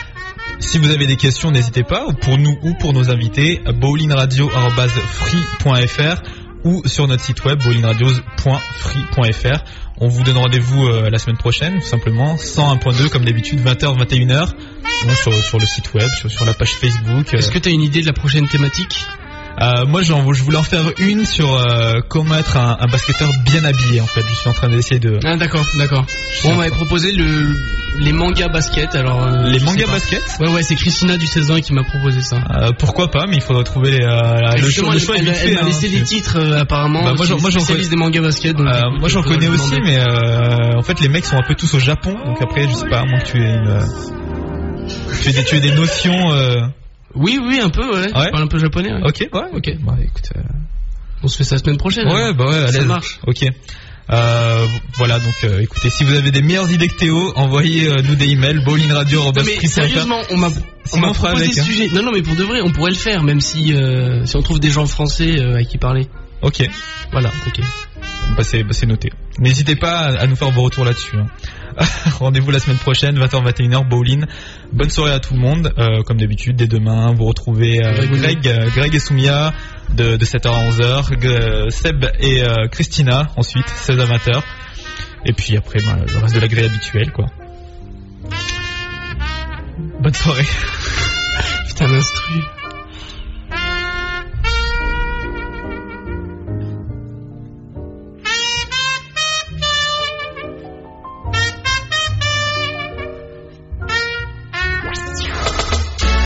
Si vous avez des questions, n'hésitez pas, pour nous ou pour nos invités, bowling radio arobase free point f r ou sur notre site web bowling radio point free point f r. On vous donne rendez-vous euh, la semaine prochaine, tout simplement, cent un point deux comme d'habitude, vingt heures vingt et une heures, donc sur, sur le site web, sur, sur la page Facebook. Est-ce que tu as une idée de la prochaine thématique ? Euh, moi, j'en, je voulais en faire une sur euh, comment être un, un basketteur bien habillé. En fait, je suis en train d'essayer de. Ah d'accord, d'accord. Bon, on m'avait proposé le les mangas basket. Alors euh, les mangas basket. Ouais, ouais, c'est Christina du seize ans qui m'a proposé ça. Euh, pourquoi pas, mais il faudrait trouver les, euh, le choix. Le choix elle, est vite elle, fait, elle m'a hein, laissé des titres euh, apparemment. Bah, moi, j'en, moi, j'en connais des mangas basket. Donc, euh, écoute, moi, j'en connais aussi, demander. mais euh, en fait, les mecs sont un peu tous au Japon. Donc après, je sais pas, à moins que tu aies une, euh, tu aies des, tu aies des notions. Euh... Oui, oui, un peu, ouais. ouais. Je parle un peu japonais. Ouais. Ok, ouais, ok. Bah, écoute, euh... on se fait ça la semaine prochaine. Ouais, hein. bah ouais, allez. Ça marche. Ok. Euh, voilà, donc euh, écoutez, si vous avez des meilleures idées que Théo, envoyez-nous euh, des emails bowling radio arobase free point f r. Mais sérieusement, on m'a, on m'a proposé ce sujet. Non, non, mais pour de vrai, on pourrait le faire, même si euh, si on trouve des gens français euh, à qui parler. Ok. Voilà, ok. Bah c'est, bah c'est noté. N'hésitez pas à, à nous faire vos retours là-dessus. Hein. Rendez-vous la semaine prochaine, vingt heures vingt et une heures, bowling. Bonne soirée à tout le monde. Euh, comme d'habitude, dès demain, vous retrouvez euh, Greg, euh, Greg et Soumia de, de sept heures à onze heures, G- Seb et euh, Christina ensuite, seize à vingt heures. Et puis après, bah, le reste de la grille habituelle, quoi. Bonne soirée. Putain, l'instru.